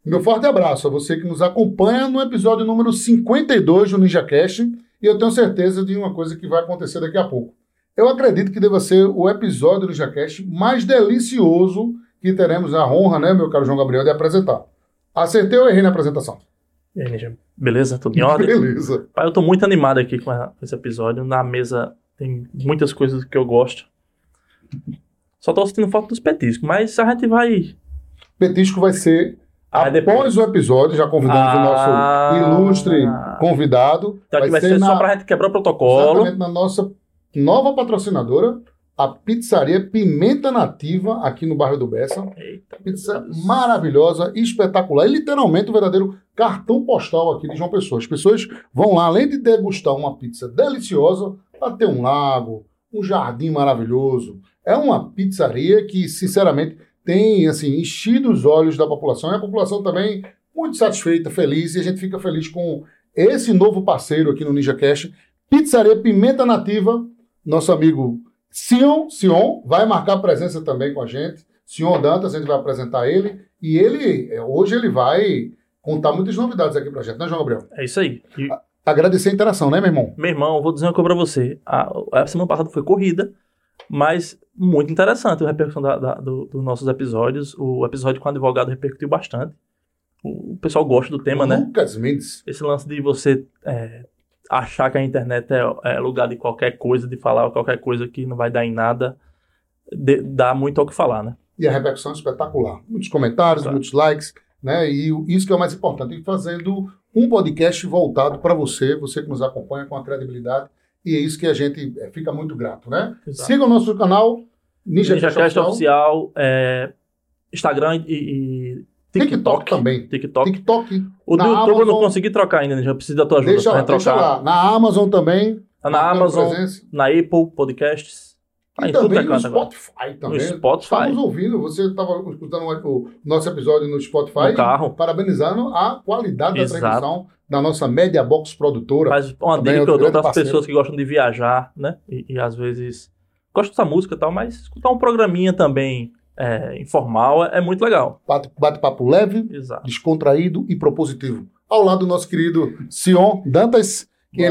Meu forte abraço a você que nos acompanha no episódio número 52 do NinjaCast, e eu tenho certeza de uma coisa que vai acontecer daqui a pouco. Eu acredito que deva ser o episódio do NinjaCast mais delicioso que teremos a honra, né, meu caro João Gabriel, de apresentar. Acertei ou errei na apresentação? E aí, Ninja? Beleza? Tudo em ordem? Beleza. Pai, eu tô muito animado aqui com esse episódio. Na mesa tem muitas coisas que eu gosto. Só tô sentindo falta dos petiscos, mas a gente vai... Petisco vai ser após o episódio, já convidamos o nosso ilustre convidado. Então aqui vai ser só pra gente quebrar o protocolo. Exatamente, na nossa nova patrocinadora, a pizzaria Pimenta Nativa, aqui no bairro do Bessa. Eita, pizza maravilhosa, espetacular. E literalmente o verdadeiro cartão postal aqui de João Pessoa. As pessoas vão lá, além de degustar uma pizza deliciosa, para ter um lago, um jardim maravilhoso. É uma pizzaria que, sinceramente, tem assim, enchido os olhos da população. E a população também muito satisfeita, feliz. E a gente fica feliz com esse novo parceiro aqui no NinjaCast. Pizzaria Pimenta Nativa. Nosso amigo Sion vai marcar presença também com a gente. Sion Dantas, a gente vai apresentar ele. E hoje ele vai contar muitas novidades aqui pra gente, né, João Gabriel? É isso aí. Agradecer a interação, né, meu irmão? Meu irmão, eu vou dizer uma coisa pra você. A semana passada foi corrida, mas muito interessante a repercussão dos nossos episódios. O episódio com o advogado repercutiu bastante. O pessoal gosta do tema, né? Lucas Mendes. Esse lance de você achar que a internet é lugar de qualquer coisa, de falar qualquer coisa que não vai dar em nada, dá muito ao que falar, né? E a repercussão é espetacular. Muitos comentários, muitos likes, né? E isso que é o mais importante. E fazendo um podcast voltado para você que nos acompanha com a credibilidade. E é isso que a gente fica muito grato, né? Exato. Siga o nosso canal, NinjaCast Oficial, Instagram e TikTok também. TikTok. O do YouTube eu não consegui trocar ainda, já preciso da tua ajuda. Deixa lá. Na Amazon também. Tá na Amazon, na Apple Podcasts. E também no Spotify também. No Spotify. Estamos ouvindo, você estava escutando o nosso episódio no Spotify. No carro. Parabenizando a qualidade da transmissão da nossa Media Box produtora. Mas uma dica que eu dou para as pessoas que gostam de viajar, né? E às vezes gostam dessa música e tal, mas escutar um programinha também informal é muito legal. Bate-papo leve, descontraído e propositivo. Ao lado do nosso querido Sion Dantas,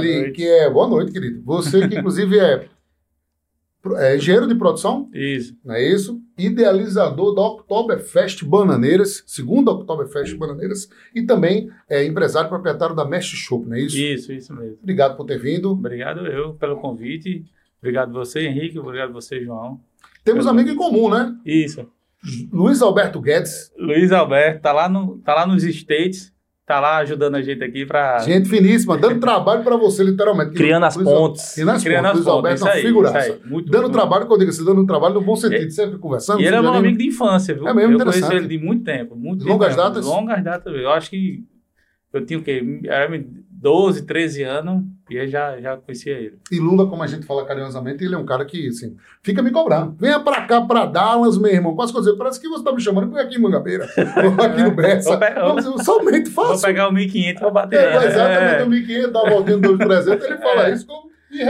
boa noite, querido. Você que inclusive é engenheiro de produção. Isso. Não é isso? Idealizador da Oktoberfest Bananeiras, segunda Oktoberfest Bananeiras, e também é empresário proprietário da Mestre Shop, não é isso? Isso mesmo. Obrigado por ter vindo. Obrigado eu pelo convite. Obrigado você, Henrique. Obrigado você, João. Temos amigo em comum, né? Isso. Luiz Alberto Guedes. Luiz Alberto, tá lá nos States, tá lá ajudando a gente aqui pra... Gente finíssima, dando trabalho pra você, literalmente. Criando as pontes. Luiz Alberto é uma figuraça. Dando trabalho, quando eu digo assim, dando trabalho no bom sentido, sempre conversando. E ele é meu amigo de infância, viu? É mesmo, eu conheço ele de muito tempo. Longas datas? Longas datas. Eu acho que eu tinha o quê? Era 12, 13 anos e eu já conhecia ele. E Lula, como a gente fala carinhosamente, ele é um cara que, assim, fica me cobrando. Venha pra cá, pra Dallas, meu irmão. Quase que eu dizer, parece que você tá me chamando para aqui em Mangabeira, ou aqui no Bessa. Somente fácil. Vou pegar o 1.500 pra bater. Exatamente, o 1.500, dá uma voltinha de 2%, ele fala isso e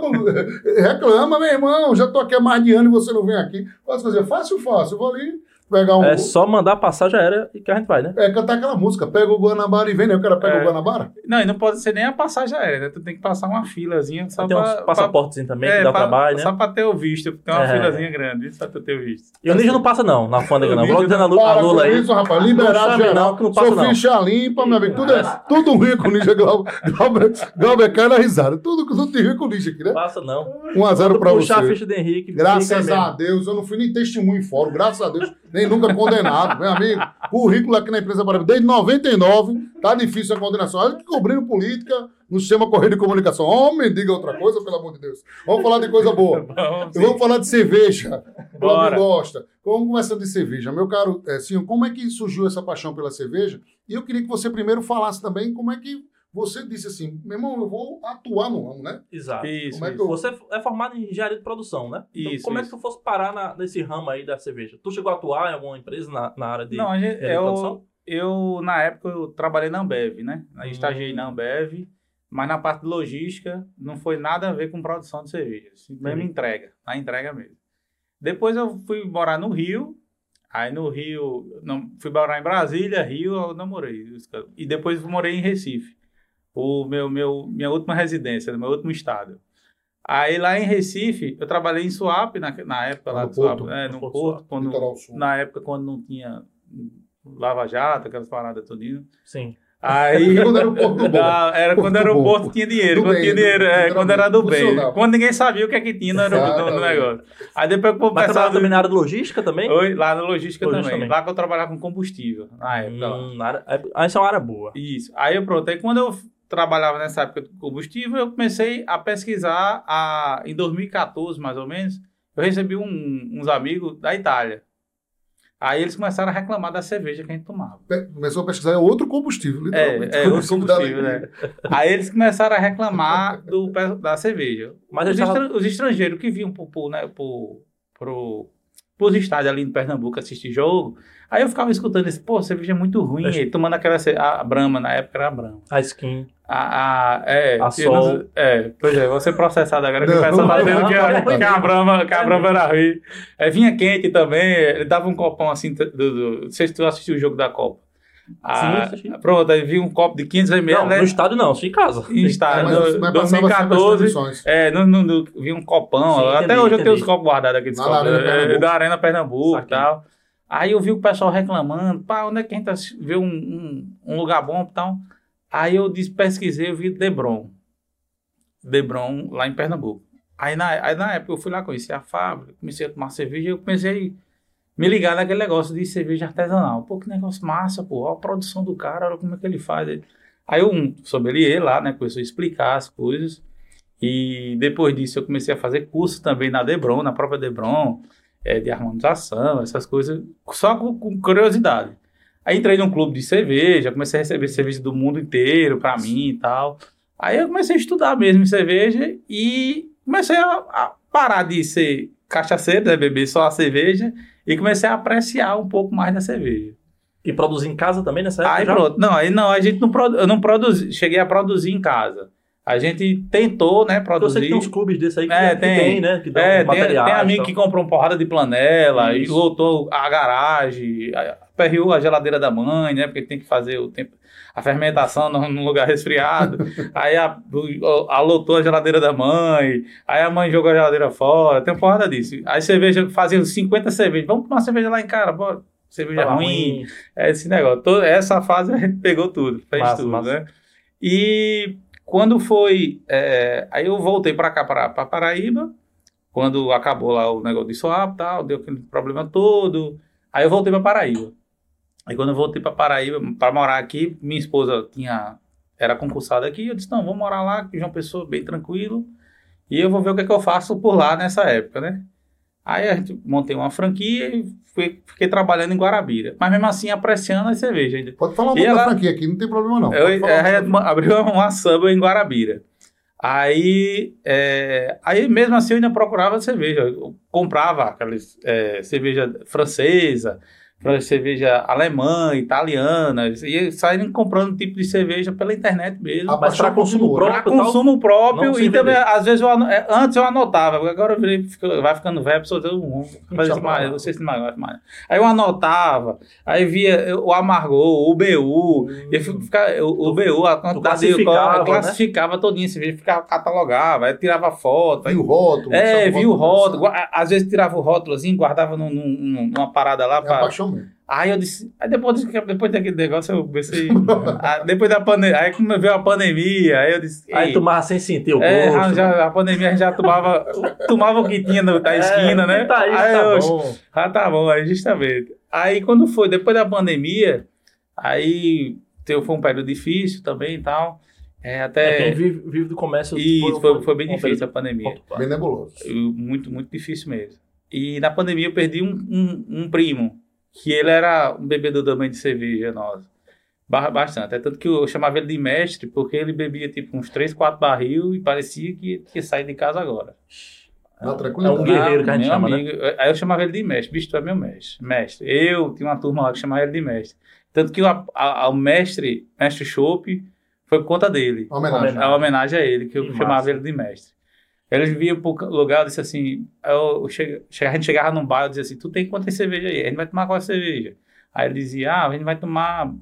reclama, meu irmão, já tô aqui há mais de ano e você não vem aqui. Posso fazer fácil, eu vou ali pegar um... É só mandar passar, já era, e que a gente vai, né? Cantar aquela música, pega o Guanabara e vem, né? O cara pega o Guanabara. Não, e não pode ser nem a passagem aérea, né? Tu tem que passar uma filazinha só tem uns passaportes também, que dá trabalho, né? Só pra ter o visto, tem uma filazinha grande, só pra ter o visto. E o Ninja não passa não, na alfândega não. Vou dizendo a Lula aí. Isso, rapaz, liberado geral, que não passa não. Ficha limpa, meu amigo, tudo ruim com o Ninja Glauber cai na risada. Tudo de ruim com o Ninja aqui, né? Passa não. 1-0 pra você. Puxar a ficha de Henrique. Graças a Deus, eu não fui nem testemunho em fórum, graças a Deus, nem nunca condenado. Meu amigo, currículo aqui na empresa Paraíba desde 99, tá difícil a coordenação. Olha que cobrindo política no sistema Correio de Comunicação. Homem, diga outra coisa, pelo amor de Deus. Vamos falar de coisa boa. Vamos falar de cerveja. Bora. Gosta. Vamos começando de cerveja. Meu caro Sion, como é que surgiu essa paixão pela cerveja? E eu queria que você primeiro falasse também como é que você disse assim, meu irmão, eu vou atuar no ramo, né? Exato. Você é formado em engenharia de produção, né? Então, como é que tu fosse parar nesse ramo aí da cerveja? Tu chegou a atuar em alguma empresa na área de produção? Na época, eu trabalhei na Ambev, né? Estagiei na Ambev, mas na parte de logística não foi nada a ver com produção de cerveja. Mesmo entrega, a entrega mesmo. Depois eu fui morar no Rio, Aí no Rio, fui morar em Brasília, Rio, eu não morei. E depois morei em Recife, minha última residência, meu último estado. Aí lá em Recife, eu trabalhei em Suape, na época lá No de Suape, Porto. no Porto, Litoral Sul. na época quando não tinha Lava Jato, aquelas paradas tudinho. Sim. Aí, Quando era o Porto do Bom. era quando era o Porto, tinha dinheiro. Quando tinha dinheiro, quando era do bem. Funcionava. Quando ninguém sabia o que é que tinha, não era do negócio. Aí depois que o Mas pessoal... trabalhava também na área de logística também? Oi, lá na logística também. também. Lá que eu trabalhava com combustível, na época. Lá. Essa é uma área boa. Isso. Aí pronto. Aí quando eu trabalhava nessa época de combustível, eu comecei a pesquisar, em 2014, mais ou menos, eu recebi uns amigos da Itália. Aí eles começaram a reclamar da cerveja que a gente tomava. Começou a pesquisar outro combustível, literalmente. Outro combustível, né? Aí eles começaram a reclamar da cerveja. Mas os estrangeiros que vinham pros estádios ali em Pernambuco assistir jogo, aí eu ficava escutando isso, pô, cerveja é muito ruim, e tomando a Brahma, na época era a Brahma. A Skin. A Sol. Pois é, vou ser processado agora que o pessoal tá dizendo que a Brahma era ruim. Vinha quente também, ele dava um copão assim, não sei se tu assistiu o jogo da Copa. Pronto, aí vi um copo de 500 ml. Não, no estádio não, só em casa. Em estádio, mas 2014, vi um copão. Sim, até hoje eu tenho os copos guardados aqui da Arena Pernambuco e tal. Aí eu vi o pessoal reclamando, pá, onde é que a gente vê um lugar bom e tal. Aí eu pesquisei, eu vi Debron lá em Pernambuco. Aí na época eu fui lá, conheci a fábrica, comecei a tomar cerveja, eu comecei a me ligar naquele negócio de cerveja artesanal. Pô, que negócio massa, pô, olha a produção do cara, olha como é que ele faz. Aí um sommelier lá, né, começou a explicar as coisas. E depois disso eu comecei a fazer curso também na Debron, na própria Debron, de harmonização, essas coisas, só com curiosidade. Aí entrei num clube de cerveja, comecei a receber cerveja do mundo inteiro pra mim e tal. Aí eu comecei a estudar mesmo em cerveja e comecei a parar de ser cachaceiro, né, beber só a cerveja, e comecei a apreciar um pouco mais da cerveja. E produzir em casa também nessa época? Aí pronto, a gente eu não produzi, cheguei a produzir em casa. A gente tentou, né, produzir. Eu sei que tem uns clubes desses aí que tem, né? Que dão materiais. Tem amigo que comprou uma porrada de planela e lotou a garagem, aperreou a geladeira da mãe, né? Porque tem que fazer a fermentação num lugar resfriado. Aí lotou a geladeira da mãe, aí a mãe jogou a geladeira fora, tem uma porrada disso. Aí cerveja, fazia 50 cervejas. Vamos tomar cerveja lá em casa, bora. Cerveja ruim. Esse negócio. Essa fase a gente pegou tudo, fez tudo, massa. Né? E quando foi... aí eu voltei para cá, para Paraíba, quando acabou lá o negócio de swap e tal, deu aquele problema todo. Aí eu voltei para Paraíba. Aí quando eu voltei para Paraíba, para morar aqui, minha esposa era concursada aqui, eu disse, não, vou morar lá, que João Pessoa, bem tranquilo, e eu vou ver o que é que eu faço por lá nessa época, né? Aí a gente montei uma franquia e fiquei trabalhando em Guarabira. Mas mesmo assim, apreciando a cerveja ainda. Pode falar muito da franquia aqui, não tem problema não. Abriu uma samba em Guarabira. Aí mesmo assim eu ainda procurava cerveja. Eu comprava aquelas cerveja francesa, cerveja alemã, italiana, e saírem comprando tipo de cerveja pela internet mesmo. Mas para consumo próprio? Para consumo próprio, e também, às vezes, antes eu anotava, agora vai ficando velho, a pessoa diz, não sei se mais. Aí eu anotava, aí via o amargor, o BU, o BU, a quantidade classificava todinha, cerveja, catalogava, aí tirava foto. Via o rótulo. Via o rótulo, às vezes tirava o rótulozinho, guardava numa parada lá para... Aí eu disse, depois daquele negócio eu comecei, depois da pandemia, aí como veio a pandemia, aí eu disse... Aí tomava sem sentir o gosto. A pandemia a gente já tomava o que tinha da esquina, né? Tá bom, aí justamente. Aí quando foi, depois da pandemia, aí foi um período difícil também e tal. Quem vive do comércio... Foi bem difícil a pandemia. Bem nebuloso. Muito, muito difícil mesmo. E na pandemia eu perdi um primo, que ele era um bebedor também de cerveja nossa. Bastante. É tanto que eu chamava ele de mestre, porque ele bebia tipo uns 3, 4 barril e parecia que ia sair de casa agora. É um guerreiro que a gente chama, amigo, né? Aí eu chamava ele de mestre. Bicho, tu é meu mestre. Eu tinha uma turma lá que chamava ele de mestre. Tanto que o mestre Chopp, foi por conta dele. Homenagem. A homenagem a ele, que eu chamava ele de mestre. Eles vinham pro lugar, eu disse assim, a gente chegava num bar, eu dizia assim, tu tem quantas cervejas aí? A gente vai tomar qual cerveja? Aí ele dizia, a gente vai tomar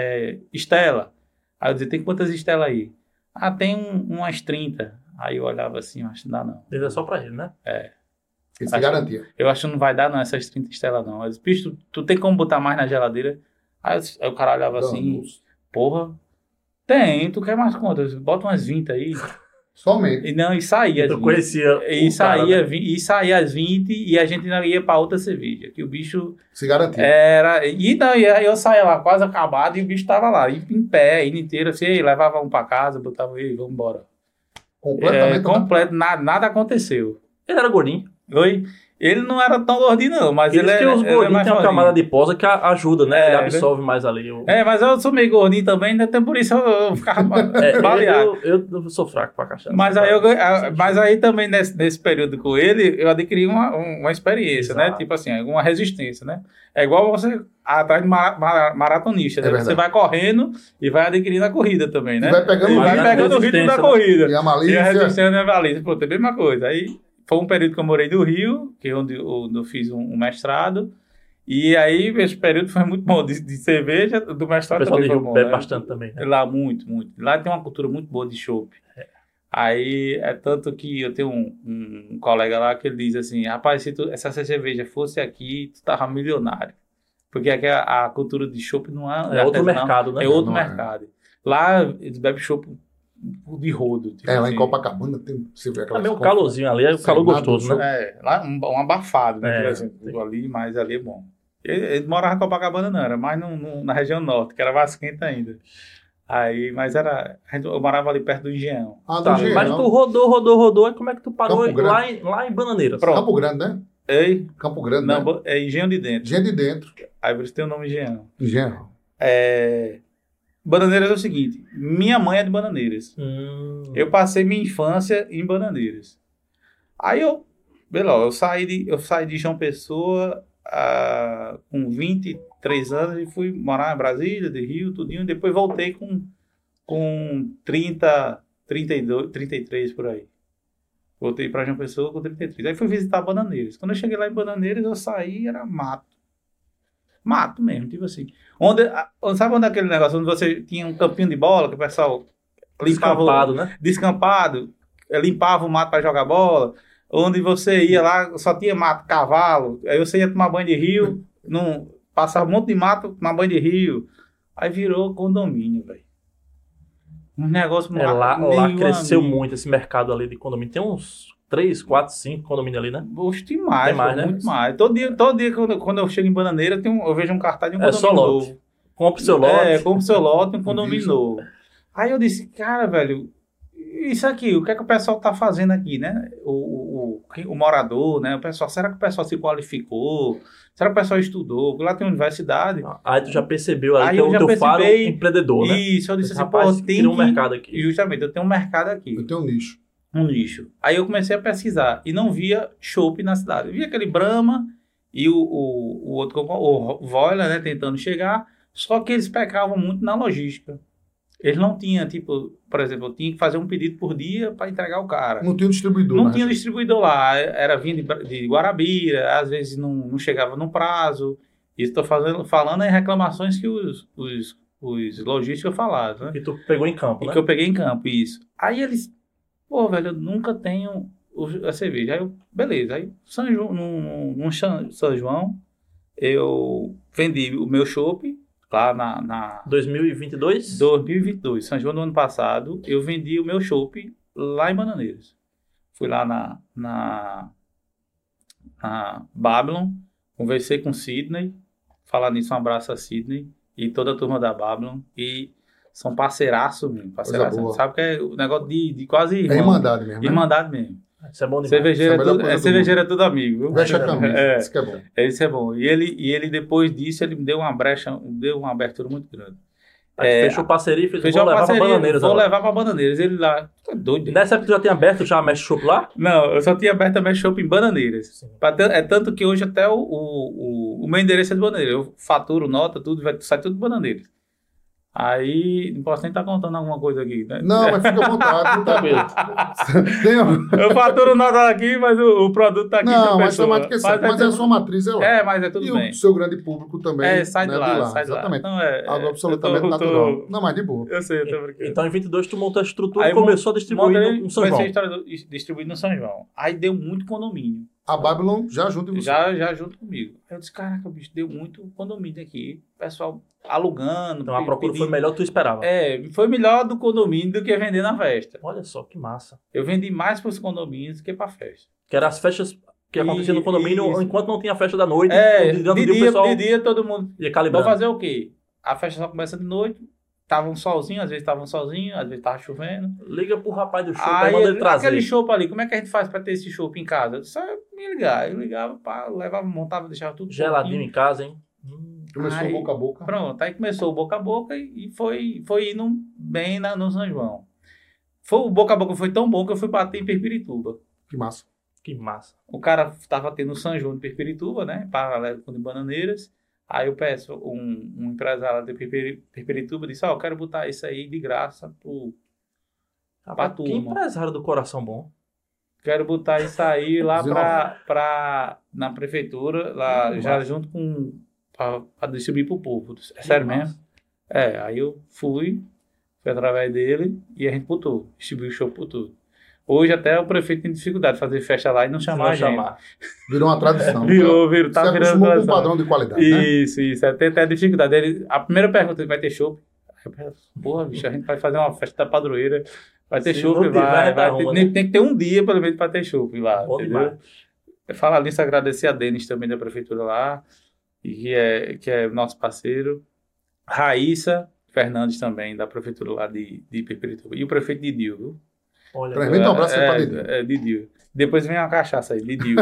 Stella. Aí eu dizia, tem quantas Stella aí? Tem umas 30. Aí eu olhava assim, acho que não dá não. Ele é só pra ele, né? Ele se garantia. Eu acho que não vai dar não, essas 30 Stella não. Eu disse, bicho, tu tem como botar mais na geladeira? Aí o cara olhava assim, porra, tem, tu quer mais quantas? Bota umas 20 aí. Somente. E saía. Eu conhecia E saía às 20 e a gente ainda ia pra outra cerveja. Que o bicho... Se garantia. E aí eu saía lá quase acabado e o bicho tava lá, em pé, indo inteiro, assim, levava um pra casa, botava ele, vamos embora. Completamente. Completo, nada aconteceu. Ele era gordinho. Oi? Ele não era tão gordinho, não, mas Ele que os gordinhos têm uma camada de posa que ajuda, né? Ele absorve mais ali. Mas eu sou meio gordinho também, até por isso eu ficava baleado. Eu sou fraco pra cachaça. Mas aí também, nesse período com ele, eu adquiri uma experiência, né? Tipo assim, alguma resistência, né? É igual você atrás de maratonista, né? Você vai correndo e vai adquirindo a corrida também, né? E vai pegando o ritmo da corrida. E a malícia. E a resistência e a malícia. Pô, tem a mesma coisa. Aí... Foi um período que eu morei no Rio, que é onde eu fiz um mestrado. E aí, esse período foi muito bom de cerveja, do mestrado também foi bom. Bebe bastante também, né? Lá, muito. Lá tem uma cultura muito boa de chopp. Aí, é tanto que eu tenho um colega lá que ele diz assim, rapaz, se essa cerveja fosse aqui, tu tava milionário. Porque aqui a cultura de chopp não é outro mercado, né? É outro mercado. Lá, eles bebem chopp de rodo. Tipo lá assim. em Copacabana você vê aquela... Também um calorzinho ali, é o calor gostoso, né? Lá um abafado, né? Por exemplo, ali, mas ali é bom. Ele morava em Copacabana, não, era mais na região norte, que era mais quente ainda. Aí, mas eu morava ali perto do Engenhão. Do Engenhão. Mas tu rodou, e como é que tu parou lá em Bananeiras? Pronto. Campo Grande, né? Ei? Campo Grande, não, né? É Engenho de Dentro. Engenho de Dentro. Aí por isso tem o nome Engenhão. Engenhão. Bananeiras é o seguinte, minha mãe é de Bananeiras. Eu passei minha infância em Bananeiras. Aí eu saí de João Pessoa com 23 anos e fui morar em Brasília, de Rio, tudinho. Depois voltei com 30, 32, 33 por aí. Voltei para João Pessoa com 33. Aí fui visitar Bananeiras. Quando eu cheguei lá em Bananeiras, eu saí, era mato. Mato mesmo, tipo assim. Sabe onde é aquele negócio onde você tinha um campinho de bola que o pessoal limpava, né? Descampado, limpava o mato para jogar bola. Onde você ia lá, só tinha mato, cavalo. Aí você ia tomar banho de rio, passava um monte de mato, tomar banho de rio. Aí virou condomínio, velho. Um negócio lá cresceu muito esse mercado ali de condomínio. Tem uns 3, 4, 5 condomínios ali, né? Poxa, tem mais, né? Muito mais. Todo dia quando eu chego em Bananeira, eu vejo um cartaz de um condomínio novo. Compre seu lote. Compre seu lote, um condomínio novo. Aí eu disse, cara, velho, isso aqui, o que é que o pessoal tá fazendo aqui, né? O morador, né? O pessoal, será que o pessoal se qualificou? Será que o pessoal estudou? Lá tem universidade. Aí tu já percebeu ali que é o teu faro empreendedor, né? Isso, eu disse assim, rapaz, tem um mercado aqui. Justamente, eu tenho um mercado aqui. Eu tenho um nicho. Um nicho. Aí eu comecei a pesquisar e não via chopp na cidade. Eu via aquele Brahma e o outro, o Voila, né, tentando chegar, só que eles pecavam muito na logística. Eles não tinham, tipo, por exemplo, eu tinha que fazer um pedido por dia para entregar o cara. Não tinha um distribuidor. Não tinha distribuidor lá. Era vindo de Guarabira, às vezes não chegava no prazo. Isso estou falando em reclamações que os logísticos falaram, né? Que tu pegou em campo, né? Que eu peguei em campo, isso. Aí eles... Pô, velho, eu nunca tenho a cerveja. Aí eu, beleza. Aí, no São João, eu vendi o meu chopp lá na 2022? 2022. São João do ano passado, eu vendi o meu chopp lá em Bananeiras. Fui lá na Babylon, conversei com o Sidney. Falar nisso, um abraço a Sidney e toda a turma da Babylon. E... são parceiraços mesmo. Sabe que é o negócio de quase irmão. É irmandade mesmo. Né? Irmandade mesmo. Isso é bom demais. Cervejeiro é tudo amigo. Viu? Veste a camisa. Isso que é bom. Isso é bom. E ele, depois disso, ele me deu uma brecha, deu uma abertura muito grande. Fechou parceria e fechou levar pra Bananeiras. Vou levar pra Bananeiras. Ele lá, tá doido. Nessa época tu já tinha aberto já a Mesh Shop lá? Não, eu só tinha aberto a Mesh Shop em Bananeiras. É tanto que hoje até o, o, o meu endereço é de Bananeiras. Eu faturo, nota, tudo, sai tudo de Bananeiras. Aí, não posso nem estar contando alguma coisa aqui, né? Não, mas fica à vontade. Não tá Eu faturo nada aqui, mas o produto tá aqui. Não, mas a temática é certa. Mas a sua matriz é lá. Mas é tudo e bem. O seu grande público também. Sai de lá, sai de lá. Exatamente. Não, Algo absolutamente natural. Não, mas de boa. Eu sei, eu tô brincando. Então, em 22, tu montou a estrutura e começou a distribuir no São João. Distribuído no São João. Aí deu muito condomínio. A Babylon já junto em você. Já junto comigo. Aí eu disse, caraca, bicho, deu muito condomínio aqui. Pessoal alugando. Então a procura foi melhor do que tu esperava. Foi melhor do condomínio do que vender na festa. Olha só, que massa. Eu vendi mais para os condomínios do que para a festa. Que eram as festas que aconteciam no condomínio enquanto não tinha festa da noite. De dia todo mundo ia calibrando. Vou fazer o quê? A festa só começa de noite. Tava um solzinho, às vezes tava um solzinho, às vezes tava chovendo. Liga pro rapaz do show, manda ele trazer. Aquele chopp ali, como é que a gente faz pra ter esse chopp em casa? Só me ligar. Eu ligava, levava, montava, deixava tudo geladinho em casa, hein? Começou o boca a boca. Pronto, aí começou o boca a boca e foi indo bem no São João. O boca a boca foi tão bom que eu fui bater em Perpirituba. Que massa. Que massa. O cara tava tendo o São João de Perpirituba, né? Paralelo com o de Bananeiras. Aí eu peço, um empresário de Perpirituba disse, eu quero botar isso aí de graça pra turma. Que empresário do coração bom. Quero botar isso aí lá na prefeitura, lá já junto com, pra distribuir pro povo. É sério mesmo? Aí eu fui através dele e a gente botou, distribuiu o show por tudo. Hoje até o prefeito tem dificuldade de fazer festa lá e não chamar a gente. Virou uma tradição. Virou, tá virando tradição. Com um padrão de qualidade, Isso. Até a dificuldade. A primeira pergunta, vai ter chopp? Porra, bicho, a gente vai fazer uma festa da padroeira. Vai ter chopp? Tem que ter um dia, pelo menos, para ter chopp lá. Entendeu? Falar nisso, agradecer a Denis também da prefeitura lá, que é nosso parceiro. Raíssa Fernandes também, da prefeitura lá de Perpirituba. E o prefeito Didil, viu? Olha, transmite um abraço para Didil. Didil. Depois vem uma cachaça aí, Didil.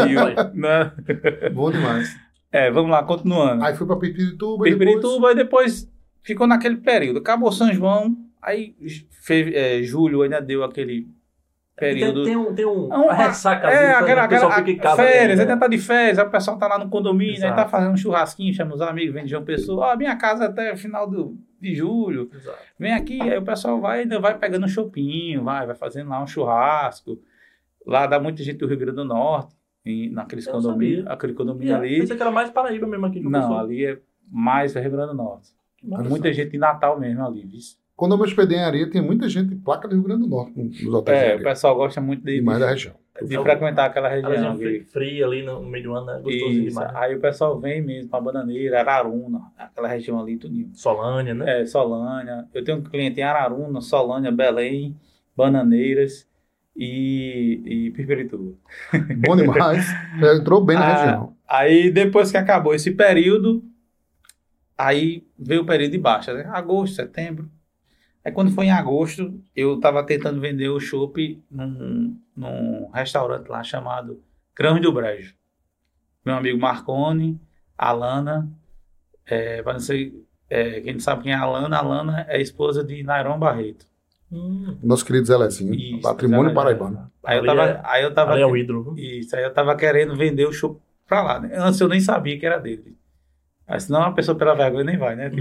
Bom demais. Vamos lá, continuando. Aí foi para Perpirituba. E depois ficou naquele período. Acabou São João, aí julho ainda deu aquele período. Tem uma ressaca. Aquela fica em casa. Férias, ainda tá de férias, aí o pessoal tá lá no condomínio, aí tá fazendo um churrasquinho, chama os amigos, vende João Pessoa. Minha casa até o final de julho. Exato. Vem aqui, aí o pessoal ainda vai pegando um chopinho, vai fazendo lá um churrasco. Lá dá muita gente do Rio Grande do Norte, naqueles condomínios, aquele condomínio ali. Pensei que era mais Paraíba mesmo aqui. Não, ali é mais Rio Grande do Norte. Muita gente de Natal mesmo ali, viu? Quando eu me hospedei em Areia, tem muita gente de placa do Rio Grande do Norte nos hotéis. O pessoal gosta muito de mais da região. De frequentar aquela região. Fria ali no meio do ano, né? Gostosinho demais. Aí o pessoal vem mesmo pra Bananeira, Araruna, aquela região ali, tudinho. Solânia, né? Solânia. Eu tenho um cliente em Araruna, Solânia, Belém, Bananeiras e Perpirituba. Bom demais. Entrou bem na região. Aí depois que acabou esse período, aí veio o período de baixa, né? Agosto, setembro. Aí quando foi em agosto, eu tava tentando vender o chopp num restaurante lá chamado Grãos do Brejo. Meu amigo Marconi, Alana, para não sei, quem não sabe quem é a Alana é a esposa de Nairon Barreto. Nosso querido Zé Lezinho, patrimônio paraibano. Aí eu tava ali é o ídolo. Isso, aí eu tava querendo vender o chopp pra lá, né? Antes eu nem sabia que era dele. Aí, senão a pessoa pela vergonha nem vai, né?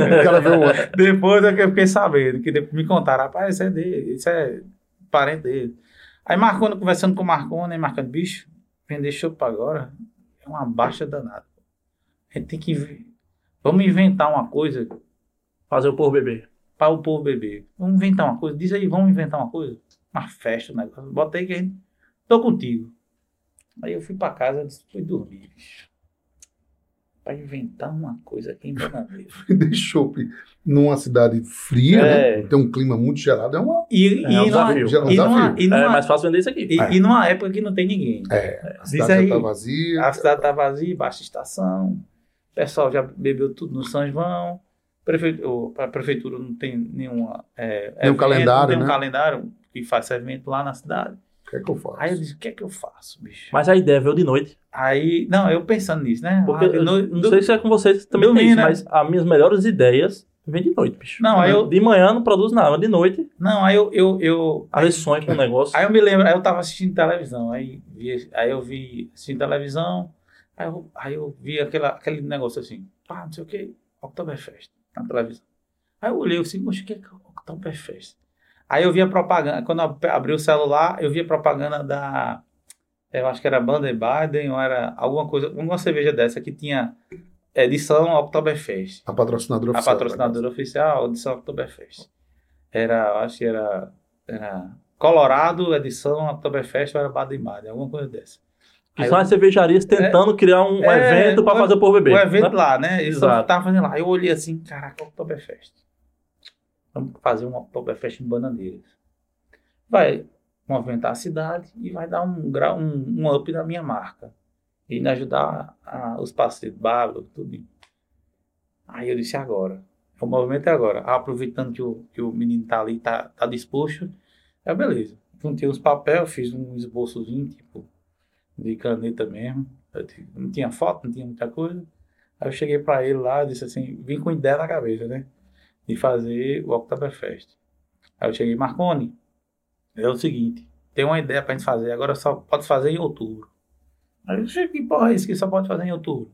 Depois eu fiquei sabendo, que depois me contaram, rapaz, isso é dele, isso é parente dele. Aí Marconi, conversando com o Marconi, Marconi, bicho, vender chopp agora é uma baixa danada. A gente tem que vamos inventar uma coisa. Fazer o povo beber. Para o povo beber. Vamos inventar uma coisa. Diz aí, vamos inventar uma coisa. Uma festa, um negócio. Bota aí que a gente... Tô contigo. Aí eu fui para casa e fui dormir, bicho. Para inventar uma coisa aqui em Bananeira. Vender chopp numa cidade fria, né? Tem um clima muito gelado, é um desafio. É mais fácil vender isso aqui. E numa época que não tem ninguém. A cidade já tá vazia. A cidade tá vazia, baixa estação. O pessoal já bebeu tudo no São João. A prefeitura não tem nenhuma... Nenhum calendário, não tem um calendário que faça evento lá na cidade. O que é que eu faço? Aí eu disse, o que é que eu faço, bicho? Mas a ideia veio de noite. Aí, não, eu pensando nisso, né? Porque não sei se é com vocês também tem isso, né? Mas as minhas melhores ideias vêm de noite, bicho. Não, aí de manhã não produzo nada, de noite... Não, aí eu às vezes sonho com um negócio. Aí eu me lembro, aí eu tava assistindo televisão, aí eu vi assistindo televisão, aí eu vi aquele negócio assim, não sei o que, Oktoberfest, na televisão. Aí eu olhei assim, poxa, o que é Oktoberfest? Aí eu vi a propaganda, quando eu abri o celular, eu vi a propaganda eu acho que era Baden ou era alguma coisa, alguma cerveja dessa que tinha edição Oktoberfest. A patrocinadora A oficial. patrocinadora oficial, edição Oktoberfest. Acho que era Colorado, edição Oktoberfest, ou era Baden-Baden, alguma coisa dessa. Que são as cervejarias tentando criar um evento para fazer o povo beber. Um evento, né? lá, né? Eles Exato. estavam fazendo lá. Eu olhei assim, caraca, Oktoberfest. Vamos fazer um Oktoberfest em Bananeiras. Vai movimentar a cidade e vai dar um up na minha marca. E me ajudar os parceiros, Bárbaro, tudo. Aí eu disse, agora. O movimento é agora. Aproveitando que o menino tá ali, tá disposto. Beleza. Juntei os papéis, fiz um esboçozinho, tipo, de caneta mesmo. Não tinha foto, não tinha muita coisa. Aí eu cheguei pra ele lá e disse assim, vim com ideia na cabeça, né? De fazer o Oktoberfest. Aí eu cheguei, Marconi, é o seguinte, tem uma ideia pra gente fazer, agora só pode fazer em outubro. Aí eu cheguei, que porra é isso que só pode fazer em outubro?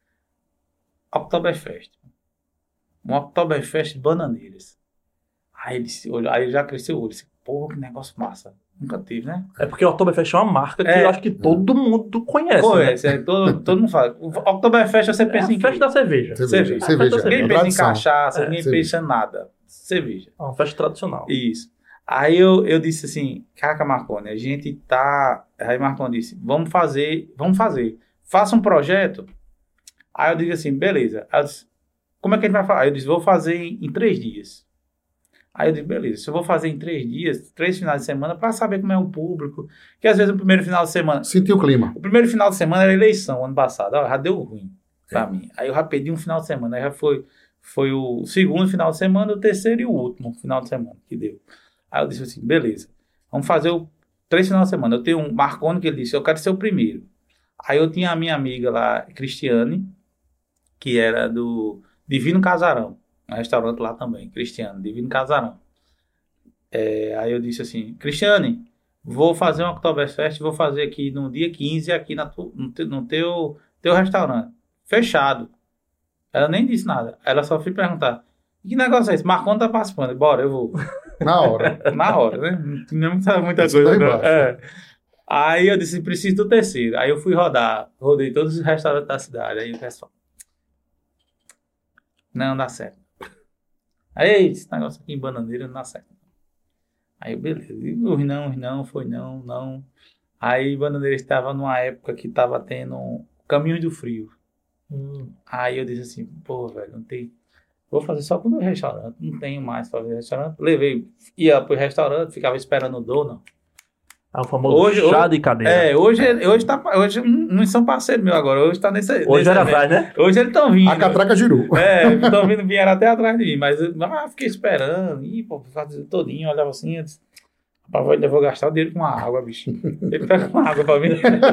Oktoberfest. Um Oktoberfest de Bananeiras. Aí ele já cresceu o olho, disse, porra, que negócio massa. Nunca tive, né? É porque o Oktoberfest é uma marca que eu acho que todo mundo conhece. Conhece, né? Todo mundo fala. O Oktoberfest você pensa em festa da cerveja. Cerveja. Ninguém pensa em Tradição. cachaça, ninguém cerveja. pensa em nada. Cerveja. É uma festa tradicional. Isso. Aí eu disse assim, caraca, Marconi, a gente tá... Aí Marconi disse, vamos fazer. Faça um projeto. Aí eu disse assim, beleza. Aí eu disse, como é que a gente vai fazer? Aí eu disse, vou fazer em 3 dias. Aí eu disse, beleza, se eu vou fazer em 3 dias, 3 finais de semana, para saber como é o público, que às vezes o primeiro final de semana... Sentiu o clima. O primeiro final de semana era eleição, ano passado, já deu ruim pra mim. Aí eu já pedi um final de semana, aí já foi o segundo final de semana, o terceiro e o último final de semana que deu. Aí eu disse assim, beleza, vamos fazer 3 finais de semana. Eu tenho um Marconi que ele disse, eu quero ser o primeiro. Aí eu tinha a minha amiga lá, Cristiane, que era do Divino Casarão, um restaurante lá também, Cristiane, Divino Casarão. Aí eu disse assim, Cristiane, vou fazer um Oktoberfest, vou fazer aqui no dia 15, aqui no teu restaurante, fechado. Ela nem disse nada, ela só foi perguntar, que negócio é esse? Marconi tá participando, bora, eu vou. Na hora. Na hora, né? Não tinha muita coisa. Não. Aí eu disse, preciso do terceiro. Aí eu fui rodei todos os restaurantes da cidade. Aí o pessoal, não dá certo. Aí esse negócio aqui em Bananeira não dá certo. Aí beleza, os não, foi não. Aí Bananeira estava numa época que estava tendo Caminhos do Frio. Aí eu disse assim, pô, velho, não tem... Vou fazer só com o restaurante, não tenho mais para fazer restaurante. Ia pro restaurante, ficava esperando o dono. É o famoso chá de cadeira. Hoje não são parceiros meus agora, hoje tá nesse... Hoje era atrás, né? Hoje eles estão vindo. A catraca girou. Vieram até atrás de mim, mas fiquei esperando, fazer todinho, olhava assim, eu disse, rapaz, eu ainda vou gastar o dinheiro com a água, bicho. Ele pega uma água pra mim.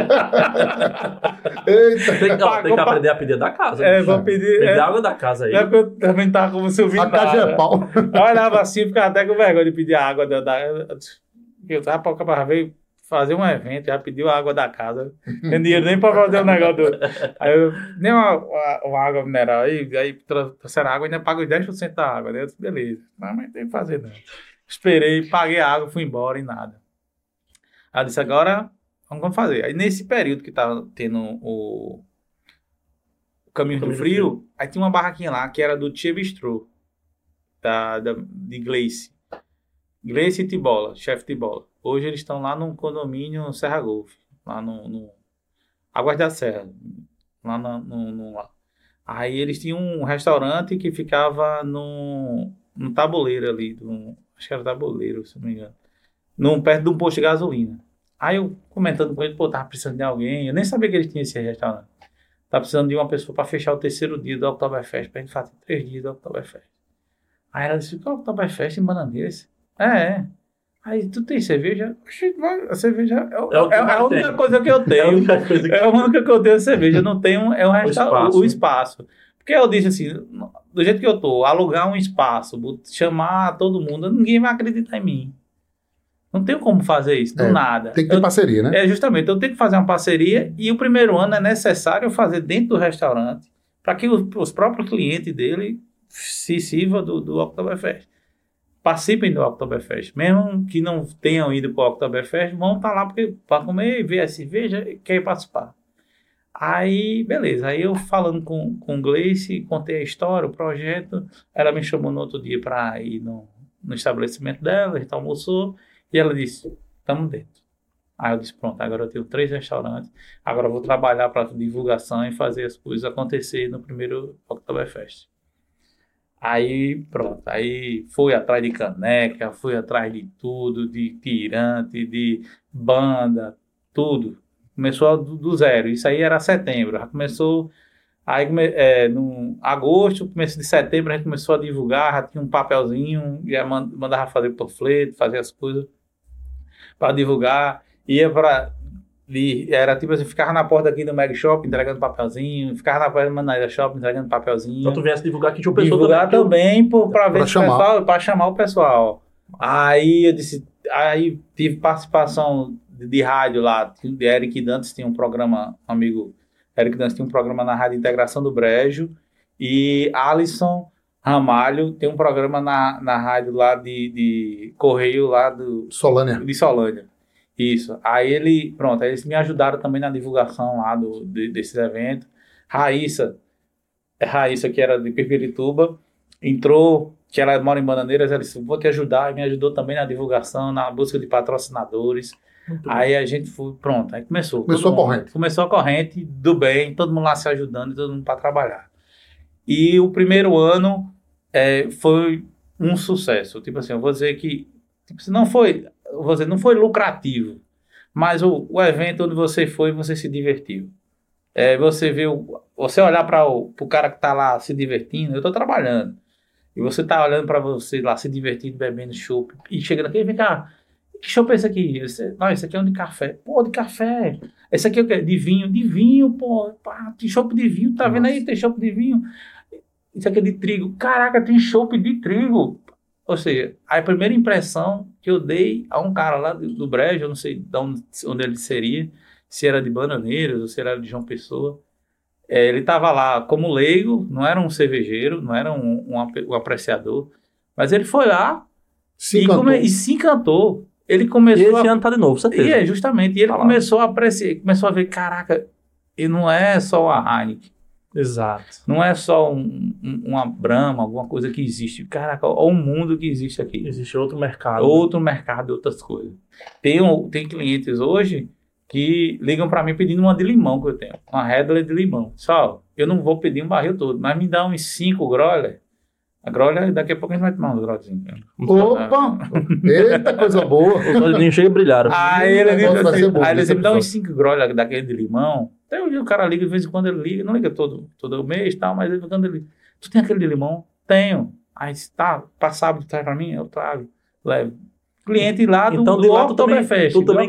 Eita. Tem que aprender a pedir da casa. Vou pedir... Pedir água da casa aí. É porque eu também tava como se eu visse A caixa é pau. Eu olhava assim, ficava até com vergonha de pedir a água eu tava pra cá, veio fazer um evento, já pediu a água da casa. Não tem dinheiro nem pra fazer o negócio Aí eu, nem uma água mineral. Aí trouxeram água e ainda pago os 10% da água. Né? Eu disse, beleza. Mas não tem que fazer, não. Esperei, paguei a água, fui embora e nada. Aí eu disse, agora vamos fazer. Aí nesse período que tava tendo o Caminho do Frio, aí tinha uma barraquinha lá que era do Tia Bistrô, de Gleice. Gleice e Tibola, chefe Tibola. Hoje eles estão lá num condomínio Serra Golf, lá no Águas da Serra, lá lá. Aí eles tinham um restaurante que ficava no tabuleiro ali, acho que era tabuleiro, se não me engano, perto de um posto de gasolina. Aí eu comentando com ele, tava precisando de alguém, eu nem sabia que eles tinham esse restaurante. Tava precisando de uma pessoa para fechar o terceiro dia do Oktoberfest, pra gente fazer 3 dias do Oktoberfest. Aí ela disse, qual é o Oktoberfest em Bananeiras? Aí, tu tem cerveja? A cerveja é a única coisa que eu tenho. É a única que eu tenho cerveja. Eu não tenho o espaço. Porque eu disse assim, do jeito que eu tô, alugar um espaço, chamar todo mundo, ninguém vai acreditar em mim. Não tenho como fazer isso, do nada. Tem que ter parceria, né? Justamente. Eu tenho que fazer uma parceria e o primeiro ano é necessário fazer dentro do restaurante para que os próprios clientes dele se sirva do Oktoberfest. Participem do Oktoberfest. Mesmo que não tenham ido para o Oktoberfest, vão estar lá para comer, ver a cerveja e querem participar. Aí, beleza. Aí eu falando com Gleice, contei a história, o projeto. Ela me chamou no outro dia para ir no estabelecimento dela, a gente almoçou. E ela disse, estamos dentro. Aí eu disse, pronto, agora eu tenho 3 restaurantes. Agora eu vou trabalhar para divulgação e fazer as coisas acontecer no primeiro Oktoberfest. Aí, pronto. Aí fui atrás de caneca, fui atrás de tudo, de tirante, de banda, tudo. Começou do zero. Isso aí era setembro. Já começou. Aí, no agosto, começo de setembro, a gente começou a divulgar. Já tinha um papelzinho. Já mandava fazer panfleto, fazer as coisas para divulgar. Ia para. Era tipo assim: ficava na porta aqui do Mag Shop entregando papelzinho. Ficava na porta do Manaíra Shop entregando papelzinho. Então tu viesse divulgar aqui de uma pessoa divulgar também para ver se o pessoal. Para chamar o pessoal. Aí eu disse. Aí tive participação de rádio lá, de Eric Dantas tinha um programa, amigo Eric Dantas tinha um programa na Rádio Integração do Brejo, e Alisson Ramalho tem um programa na rádio lá de Correio lá de Solânia. Isso. Aí eles me ajudaram também na divulgação lá desses eventos. Raíssa, que era de Pirpirituba, entrou, que ela mora em Bananeiras, ela disse, vou te ajudar, e me ajudou também na divulgação, na busca de patrocinadores. Muito aí bom. A gente foi, pronto, aí começou a corrente. Começou a corrente do bem, todo mundo lá se ajudando, todo mundo para trabalhar. E o primeiro ano foi um sucesso. Tipo assim, eu vou dizer que não foi lucrativo, mas o evento onde você foi, você se divertiu. Você olhar para o cara que está lá se divertindo, eu estou trabalhando, e você está olhando para você lá se divertindo, bebendo chopp, e chegando aqui, vem cá, que chopp é esse aqui? Não, esse aqui é um de café. Pô, de café. Esse aqui é o quê? De vinho. De vinho, pô. Pá, tem chopp de vinho. Tá vendo aí? Tem chopp de vinho. Isso aqui é de trigo. Caraca, tem chopp de trigo. Ou seja, a primeira impressão que eu dei a um cara lá do Brejo, eu não sei de onde ele seria, se era de Bananeiras ou se era de João Pessoa. Ele estava lá como leigo, não era um cervejeiro, não era um apreciador, mas ele foi lá e se encantou. Ele começou e esse ano tá de novo, certeza. Justamente. E ele começou a apreciar, começou a ver, caraca, e não é só a Heineken. Exato. Não é só uma Brahma, alguma coisa que existe. Caraca, olha o mundo que existe aqui. Existe outro mercado. Outro mercado, outras coisas. Tem clientes hoje que ligam para mim pedindo uma de limão que eu tenho. Uma Redler de limão. Só, eu não vou pedir um barril todo, mas me dá uns 5 growler. A grolha, daqui a pouco a gente vai tomar uns grolzinhos. Opa! Eita, coisa boa! Os olhinhos chegam a brilhar. Aí ele me dá uns 5 grolha daquele de limão. Até um dia o cara liga, de vez em quando ele liga. Não liga todo mês e tal, mas ele quando ele liga. Tu tem aquele de limão? Tenho. Aí tá, para sábado traz pra mim? Eu trago. Levo. Cliente lá do Oktoberfest. Tu também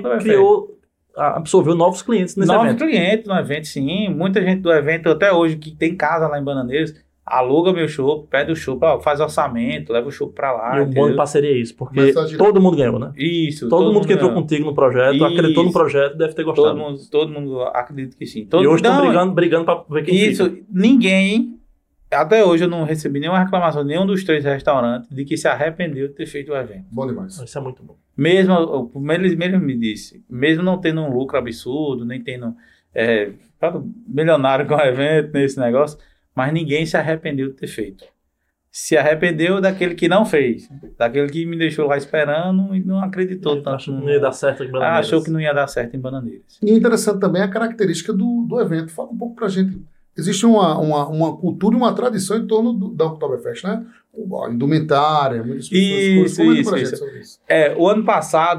absorveu novos clientes nesse evento. Novos clientes no evento, sim. Muita gente do evento, até hoje, que tem casa lá em Bananeiras, aluga meu show, pede o show, faz orçamento, leva o show pra lá. E um bom de parceria é isso, porque todo mundo ganhou, né? Isso. Todo mundo que entrou contigo no projeto, acreditou no projeto, deve ter gostado. Todo mundo acredita que sim. E hoje estão brigando pra ver quem fica. Ninguém, até hoje eu não recebi nenhuma reclamação de nenhum dos 3 restaurantes de que se arrependeu de ter feito o evento. Bom demais. Isso é muito bom. Mesmo me disse, mesmo não tendo um lucro absurdo, nem tendo milionário com o evento, nesse negócio, mas ninguém se arrependeu de ter feito. Se arrependeu daquele que não fez. Daquele que me deixou lá esperando e não acreditou tanto. Achou que não ia dar certo em Bananeiras. Achou que não ia dar certo em Bananeiras. E interessante também a característica do evento. Fala um pouco pra gente. Existe uma cultura e uma tradição em torno da Oktoberfest, né? A indumentária, muitas pessoas. Comenta pra gente sobre isso. O ano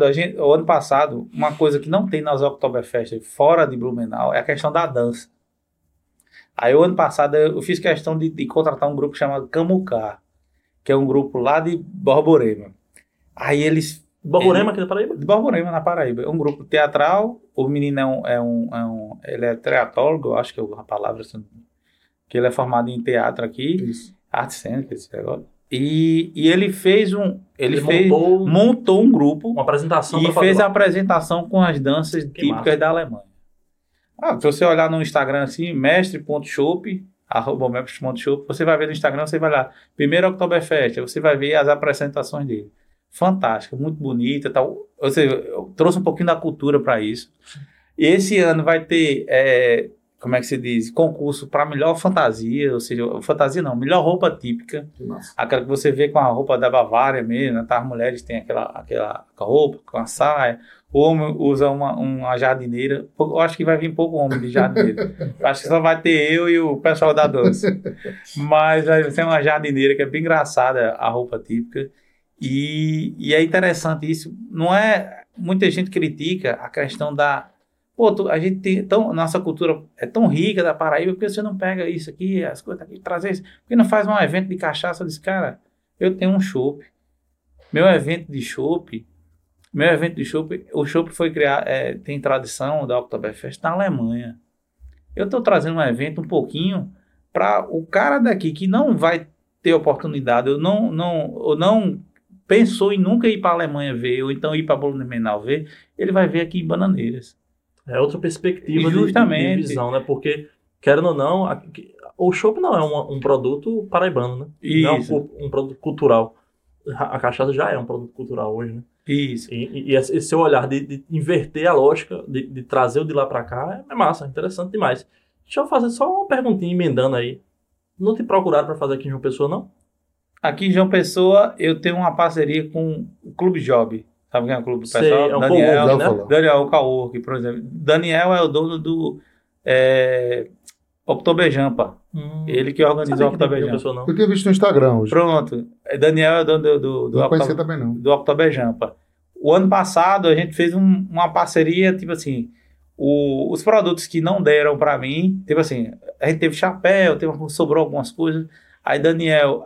passado, uma coisa que não tem nas Oktoberfest fora de Blumenau é a questão da dança. Aí, o ano passado, eu fiz questão de contratar um grupo chamado Camucá, que é um grupo lá de Borborema. Aí eles... Borborema aqui na Paraíba? De Borborema, na Paraíba. É um grupo teatral. O menino ele é teatrólogo, eu acho que é a palavra, assim, que ele é formado em teatro aqui. Isso. Arte cênica, esse negócio. E ele montou um grupo. Uma apresentação. E fez a apresentação com as danças típicas da Alemanha. Se você olhar no Instagram assim, mestre.shop, @mestre.show, você vai ver no Instagram, você vai lá, primeiro Oktoberfest, você vai ver as apresentações dele. Fantástica, muito bonita, tal. Ou seja, eu trouxe um pouquinho da cultura para isso. E esse ano vai ter, como é que se diz, concurso para melhor fantasia, ou seja, fantasia não, melhor roupa típica. Nossa. Aquela que você vê com a roupa da Bavária mesmo, né? Tá? As mulheres têm aquela roupa com a saia, o homem usa uma jardineira. Eu acho que vai vir pouco homem de jardineira. Acho que só vai ter eu e o pessoal da dança. Mas vai ser uma jardineira que é bem engraçada, a roupa típica. E é interessante isso. Não é... Muita gente critica a questão da... Pô, a gente tem nossa cultura é tão rica da Paraíba, porque você não pega isso aqui, as coisas aqui, trazer isso? Porque não faz um evento de cachaça? Eu disse, cara, eu tenho um chopp. Meu evento de chopp, o chopp foi criado, tem tradição da Oktoberfest na Alemanha. Eu estou trazendo um evento um pouquinho para o cara daqui que não vai ter oportunidade, ou não pensou em nunca ir para a Alemanha ver, ou então ir para Blumenau ver, ele vai ver aqui em Bananeiras. É outra perspectiva de visão, né? Porque, querendo ou não, o chopp não é um produto paraibano, né? Isso. Não é um produto cultural. A cachaça já é um produto cultural hoje, né? Isso. E esse seu olhar de inverter a lógica, de trazer o de lá pra cá, é massa, interessante demais. Deixa eu fazer só uma perguntinha, emendando aí. Não te procuraram pra fazer aqui em João Pessoa, não? Aqui em João Pessoa, eu tenho uma parceria com o Clube Job. Sabe quem é o clube do pessoal? Sei, é um Daniel, né? Daniel Cowork, por exemplo. Daniel é o dono do Oktoberjampa. Ele que organiza o Oktoberjampa. Eu tinha visto no Instagram hoje. Pronto. Daniel é o dono do Oktoberjampa. O ano passado, a gente fez uma parceria, tipo assim, os produtos que não deram para mim, tipo assim, a gente teve chapéu, sobrou algumas coisas. Aí Daniel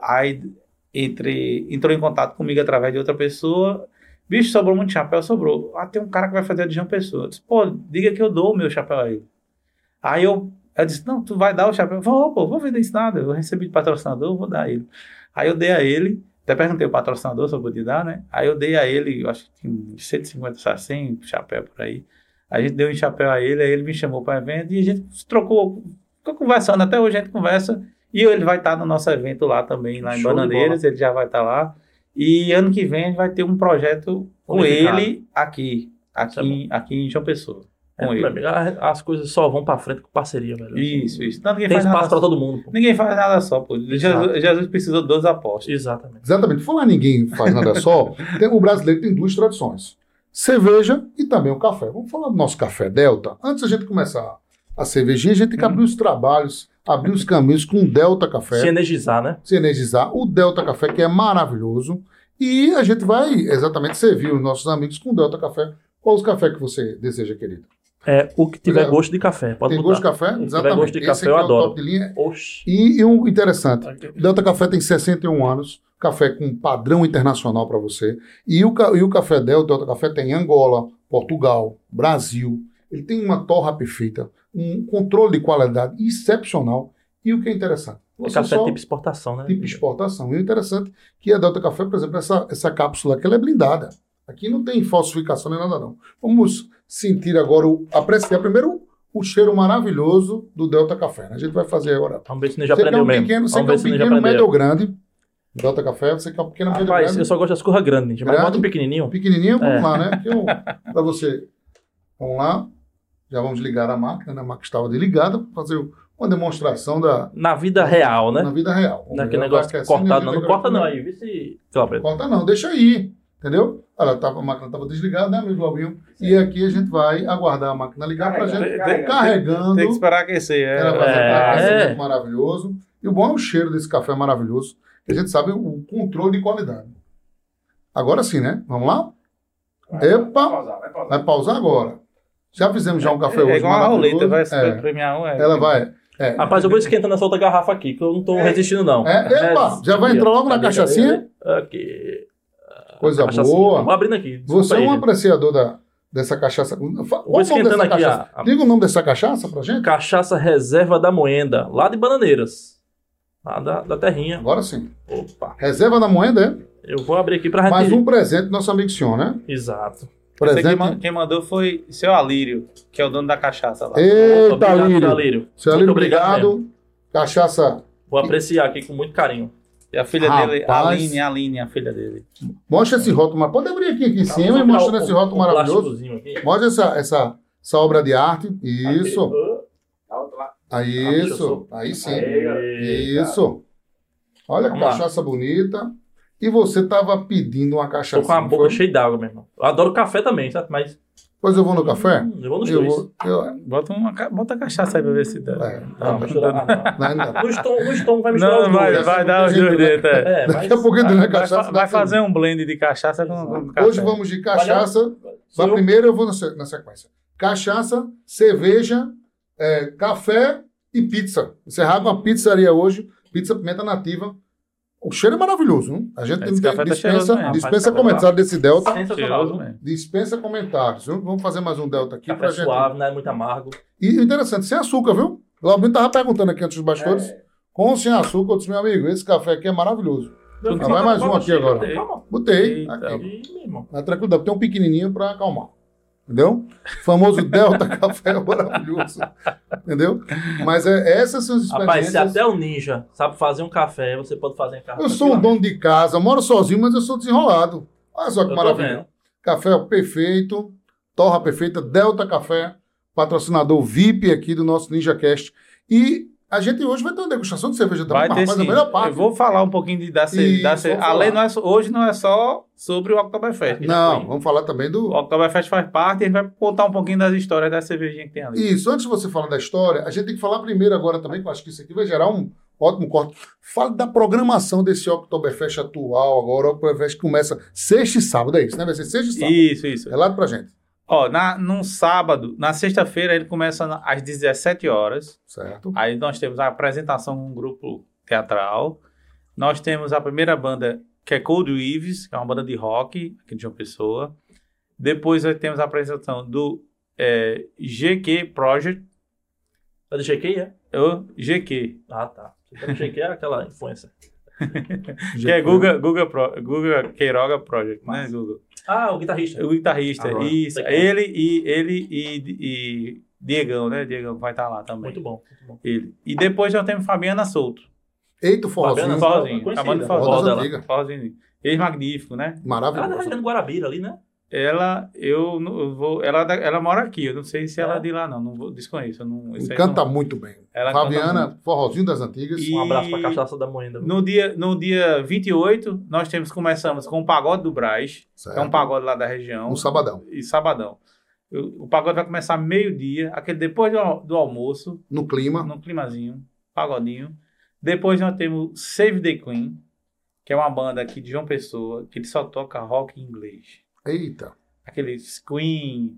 entrou em contato comigo através de outra pessoa. Bicho, sobrou muito chapéu, sobrou. Tem um cara que vai fazer a de João Pessoa. Eu disse, pô, diga que eu dou o meu chapéu a ele. Aí eu disse, não, tu vai dar o chapéu? Vou vender isso nada. Eu recebi de patrocinador, vou dar a ele. Aí eu dei a ele, até perguntei ao patrocinador se eu podia dar, né? Aí eu dei a ele, eu acho que tinha 150, 100 chapéu por aí. Aí a gente deu um chapéu a ele, aí ele me chamou para o evento e a gente ficou conversando. Até hoje a gente conversa. E ele vai estar no nosso evento lá também, lá em Bananeiras, ele já vai estar lá. E ano que vem a gente vai ter um projeto com ele aqui em João Pessoa. Com ele. As coisas só vão pra frente com parceria, velho. Isso. Não, tem espaço pra todo mundo. Pô. Ninguém faz nada só, pô. Jesus precisou de 2 apóstolos. Exatamente. Falar ninguém faz nada só, o brasileiro tem 2 tradições. Cerveja e também o café. Vamos falar do nosso café Delta. Antes a gente começar a cervejinha, a gente tem que abrir os trabalhos, abrir os caminhos com o Delta Café. Se energizar, né? Se energizar. O Delta Café, que é maravilhoso. E a gente vai exatamente servir os nossos amigos com o Delta Café. Qual os cafés que você deseja, querido? O que tiver gosto de café. Pode tem botar. gosto de café? Se Exatamente. tiver gosto de café, eu adoro. Top de linha. E um interessante, o Delta Café tem 61 anos, café com padrão internacional para você. E o café Delta Café tem Angola, Portugal, Brasil. Ele tem uma torra perfeita, um controle de qualidade excepcional. E o que é interessante? Café tipo exportação, né? Tipo exportação. E o interessante é que a Delta Café, por exemplo, essa cápsula aqui, ela é blindada. Aqui não tem falsificação nem nada, não. Vamos sentir agora, apreciar primeiro o cheiro maravilhoso do Delta Café. Né? A gente vai fazer agora. Vamos ver se você já aprendeu mesmo. Você quer um pequeno, médio ou grande. Delta Café, você quer um pequeno, médio ou grande. Eu só gosto das coisas grandes, mas bota um pequenininho. Pequenininho, vamos lá, né? Para você. Vamos lá. Já vamos ligar a máquina, né? A máquina estava desligada, para fazer uma demonstração na vida real, né? Na vida real. Naquele negócio cortado, não corta não aí, vê se... Corta não, deixa aí, entendeu? Olha, a máquina estava desligada, né, meu Globinho? E aqui a gente vai aguardar a máquina ligar para a gente carregando. Tem que esperar aquecer. Ela vai fazer um aquecimento maravilhoso. E o bom é o cheiro desse café maravilhoso, que a gente sabe o controle de qualidade. Agora sim, né? Vamos lá? Vai pausar agora. Já fizemos um café hoje. É igual a roleta, vai premiar um. Ela vai. Rapaz, eu vou esquentando essa outra garrafa aqui, que eu não tô resistindo, não. Já vai entrar logo na cachaçinha? Aqui. Coisa boa. Vou abrindo aqui. Você é um apreciador dessa cachaça. Vou esquentando aqui. Diga o nome dessa cachaça pra gente. Cachaça Reserva da Moenda, lá de Bananeiras. Lá da terrinha. Agora sim. Opa. Reserva da Moenda, Eu vou abrir aqui pra gente. Mais um presente do nosso amigo senhor, né? Exato. Quem mandou foi seu Alírio, que é o dono da cachaça lá. Eita, Alírio. Seu Alírio, obrigado. Cachaça. Vou apreciar aqui com muito carinho. E a filha dele, Rapaz. Aline, a filha dele. Mostra esse rótulo, mas pode abrir aqui em cima e Vamos mostra virar esse rótulo maravilhoso. plásticozinho aqui. Mostra essa obra de arte. Isso. Aí, deixa eu isso. Aí sim. Aí, Isso. Olha que Vamos lá. cachaça bonita. E você estava pedindo uma Tô cachaça. com a não boca foi? cheia d'água, meu irmão. Eu adoro café também, sabe? Mas Pois eu vou no café? eu vou nos Eu dois. vou. Bota a cachaça aí pra ver se dá. Não, misturar. Não. No estômago vai misturar Não, os dois. vai dar os dois dentro. É, mas... Daqui a pouco entra na cachaça. Vai fazer um blend de cachaça com café. Hoje vamos de cachaça. Sou Mas eu? primeiro eu vou na sequência. Cachaça, cerveja, café e pizza. Encerrar com a pizzaria hoje. Pizza Pimenta Nativa. O cheiro é maravilhoso, hein? A gente Esse café tá cheiroso mesmo. dispensa Rapaz, comentários desse Delta. Sensacional. Cheiroso mesmo. Dispensa comentários. Viu? Vamos fazer mais um Delta aqui Café pra gente. suave, não é muito amargo. E interessante, sem açúcar, viu? O Laubinho estava perguntando aqui antes dos bastidores. Com ou sem açúcar, eu disse, meu amigo, esse café aqui é maravilhoso. Vai mais um aqui agora. Calma. Botei. Eita. Aqui. Ih, meu irmão. Na tranquilidade, tem um pequenininho para acalmar. Entendeu? O famoso Delta Café é maravilhoso. Entendeu? Mas essas são as Rapaz, se experiências. até o ninja sabe fazer um café, você pode fazer em casa. Eu sou um dono de casa, moro sozinho, mas eu sou desenrolado. Olha só que Eu tô maravilha. vendo. Café perfeito, torra perfeita, Delta Café, patrocinador VIP aqui do nosso NinjaCast. E a gente hoje vai ter uma degustação de cerveja também, Vai ter mas a sim. melhor parte. Eu vou falar um pouquinho da Isso, cerveja. vamos Além, falar. hoje não é só sobre o Oktoberfest. Não, vamos falar também O do... Oktoberfest faz parte e a gente vai contar um pouquinho das histórias da cervejinha que tem ali. Isso, antes de você falar da história, a gente tem que falar primeiro agora também, que eu acho que isso aqui vai gerar um ótimo corte. Fale da programação desse Oktoberfest atual agora. O Oktoberfest começa sexta e sábado, é isso, né? Vai ser sexta e sábado. Isso. Relata pra gente. Ó, no sábado, na sexta-feira, ele começa às 17 horas. Certo. Aí nós temos a apresentação com um grupo teatral. Nós temos a primeira banda, que é Cold Weaves, que é uma banda de rock aqui de João Pessoa. Depois nós temos a apresentação do GQ Project. É do GQ, é? GQ, Ah, tá. O GQ é aquela influência. que é Guga Queiroga Project, né, Guga? Ah, o guitarrista. O guitarrista, Ah, isso. sei quem é. Ele e Diegão, né? Diegão vai estar lá também. Muito bom, muito bom. Ele. E depois nós temos Fabiana Souto. Eita, o forrozinho. Fabiana Forrozinho. conhecida. Acabando de Forró forró das dela. antigas. Forrozinho. Ex-magnífico, né? Ela tá Maravilhoso. região do Guarabira ali, né? Ela mora aqui, eu não sei se ela é de lá, não desconheço. Isso aí Canta não- muito bem. Ela canta Fabiana, forrozinho das antigas. E- Um abraço pra Cachaça da Moenda. No dia 28, nós começamos com o Pagode do Brás, Certo. que é um pagode lá da região. Um sabadão. E sabadão. O pagode vai começar meio-dia, aquele depois do almoço, No clima. num climazinho, pagodinho. Depois nós temos Save the Queen, que é uma banda aqui de João Pessoa, que ele só toca rock em inglês. Eita. Aqueles Queen,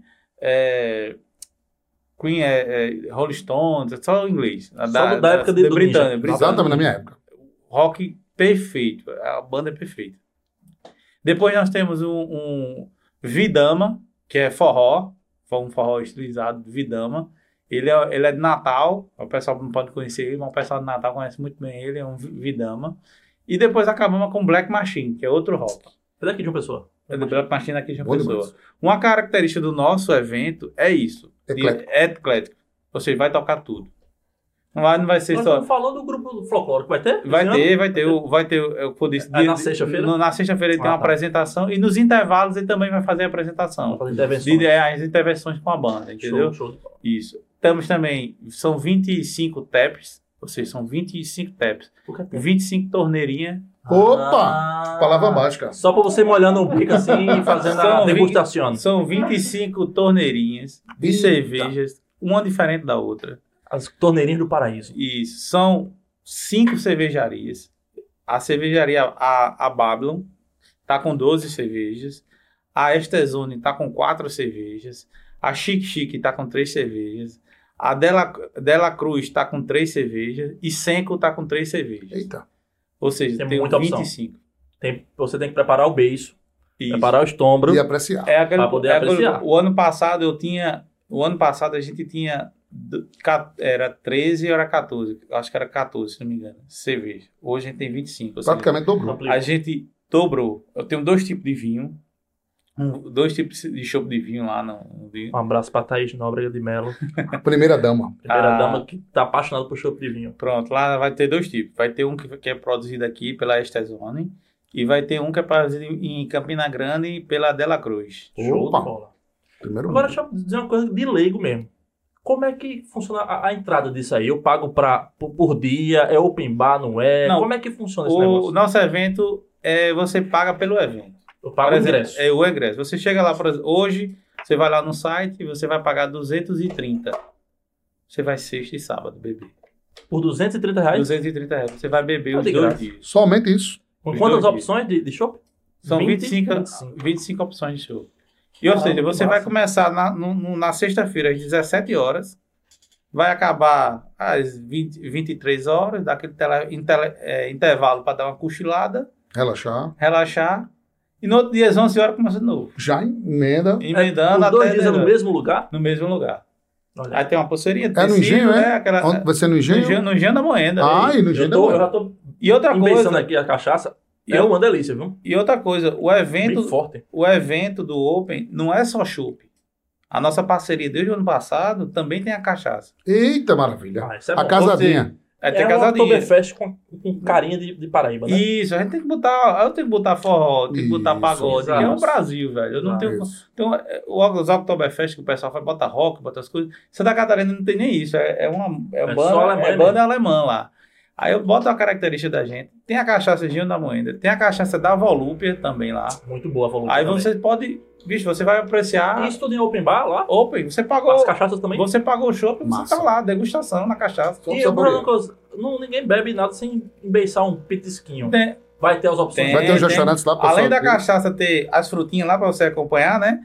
Rolling Stones, é só em inglês. Só da época do Britânia. Ninja. Exatamente na minha época. Rock perfeito, a banda é perfeita. Depois nós temos um Vidama, que é forró, um forró estilizado, Vidama. Ele é de Natal, o pessoal não pode conhecer ele, mas o pessoal de Natal conhece muito bem ele, é um Vidama. E depois acabamos com Black Machine, que é outro rock. É daqui de uma pessoa. É do Black Machine aqui de uma Bom pessoa. demais. Uma característica do nosso evento é isso. Eclético. É eclético. Ou seja, vai tocar tudo. Não vai ser Nós só... estamos falando do grupo do folclórico. Vai ter? Vai Esse ter, ano? eu disse, É na sexta-feira? Na sexta-feira ele tem uma tá. apresentação e nos intervalos ele também vai fazer a apresentação. Vamos fazer intervenções. As intervenções com a banda, entendeu? Show de bola. Isso. Temos também, são 25 taps, ou seja, são 25 taps, Por que tem? 25 torneirinhas. Opa! Palavra mágica. Só pra você molhando o bico assim e fazendo a São degustação. São 25 torneirinhas de Eita. cervejas, uma diferente da outra. As torneirinhas do paraíso. Isso. São 5 cervejarias. A cervejaria, a Babylon, está com 12 cervejas. A Estezone está com 4 cervejas. A Chic Chic está com 3 cervejas. A Dela Cruz está com 3 cervejas. E Senco está com 3 cervejas. Eita. Ou seja, Tem tem muita opção. 25. Você tem que preparar o beiço, Isso. preparar o estômago. E apreciar. É aquele, Pra poder é aquele- apreciar. o ano passado a gente tinha era 13 ou era 14, acho que era 14, se não me engano, cerveja. Hoje a gente tem 25, ou seja, Praticamente dobrou. a gente dobrou. Eu tenho 2 tipos de vinho, 2 tipos de chopp de vinho lá no vinho. Um abraço pra Thaís Nóbrega de Mello, Primeira dama. primeira dama que tá apaixonada por chopp de vinho. Pronto, lá vai ter 2 tipos. Vai ter um que é produzido aqui pela Estezone e vai ter um que é produzido em Campina Grande pela Dela Cruz. Show Opa. de bola. Primeiro Agora, mundo. deixa eu dizer uma coisa de leigo mesmo. Como é que funciona a entrada disso aí? Eu pago por dia? É open bar, não é? Não. Como é que funciona esse O negócio? nosso evento, você paga pelo evento. Eu pago Por o exemplo, ingresso. É o ingresso. Você chega lá, por exemplo, hoje, você vai lá no site e você vai pagar 230. Você vai sexta e sábado beber. Por R$230? 230 reais. Você vai beber Tá os de 2 graça. dias. Somente isso. Com Os quantas 2 dias. opções de chopp? São 20, 25 opções de show. E, ou seja, você vai começar na sexta-feira às 17 horas, vai acabar às 23 horas, dá aquele intervalo para dar uma cochilada, relaxar, e no outro dia às 11 horas começa de novo. Já emenda. Emendando Os 2 até dias é 10 no horas. mesmo lugar? No mesmo lugar. Olha. Aí tem uma pulseirinha de É no tecido, engenho, né? é? Aquela, Onde vai ser no engenho? no engenho da Moenda. Ah, e no Eu engenho já da tô E outra embeçando coisa, aqui a cachaça. E É uma delícia, viu? o Bem evento, forte. o evento do Open não é só chopp. A nossa parceria desde o ano passado também tem a cachaça. Eita, maravilha. Ah, isso é A bom. casadinha. Tem É um casadinha. Oktoberfest com carinha de Paraíba, né? Isso, a gente tem que botar. Eu tenho que botar forró, tem que botar Isso, pagode, que é o exato. Brasil, velho. Eu não tenho. Isso. Então, os Oktoberfest que o pessoal faz, bota rock, bota as coisas. Santa Catarina não tem nem isso. É só Alemanha banda alemã lá. Aí eu boto a característica da gente. Tem a cachaça Gino da Moenda, tem a cachaça da Volúpia também lá. Muito boa a volume. Aí você pode. Bicho, você vai apreciar. Isso tudo em open bar lá? Open, você pagou. As cachaças também? Você pagou o shopping, você Massa. tá lá, degustação na cachaça. Só E pra eu vou falar saborear. uma coisa, ninguém bebe nada sem embeiçar um petisquinho. Tem- Vai ter as opções. Vai ter uns restaurantes lá pra Além da pessoal- cachaça ter as frutinhas lá para você acompanhar, né?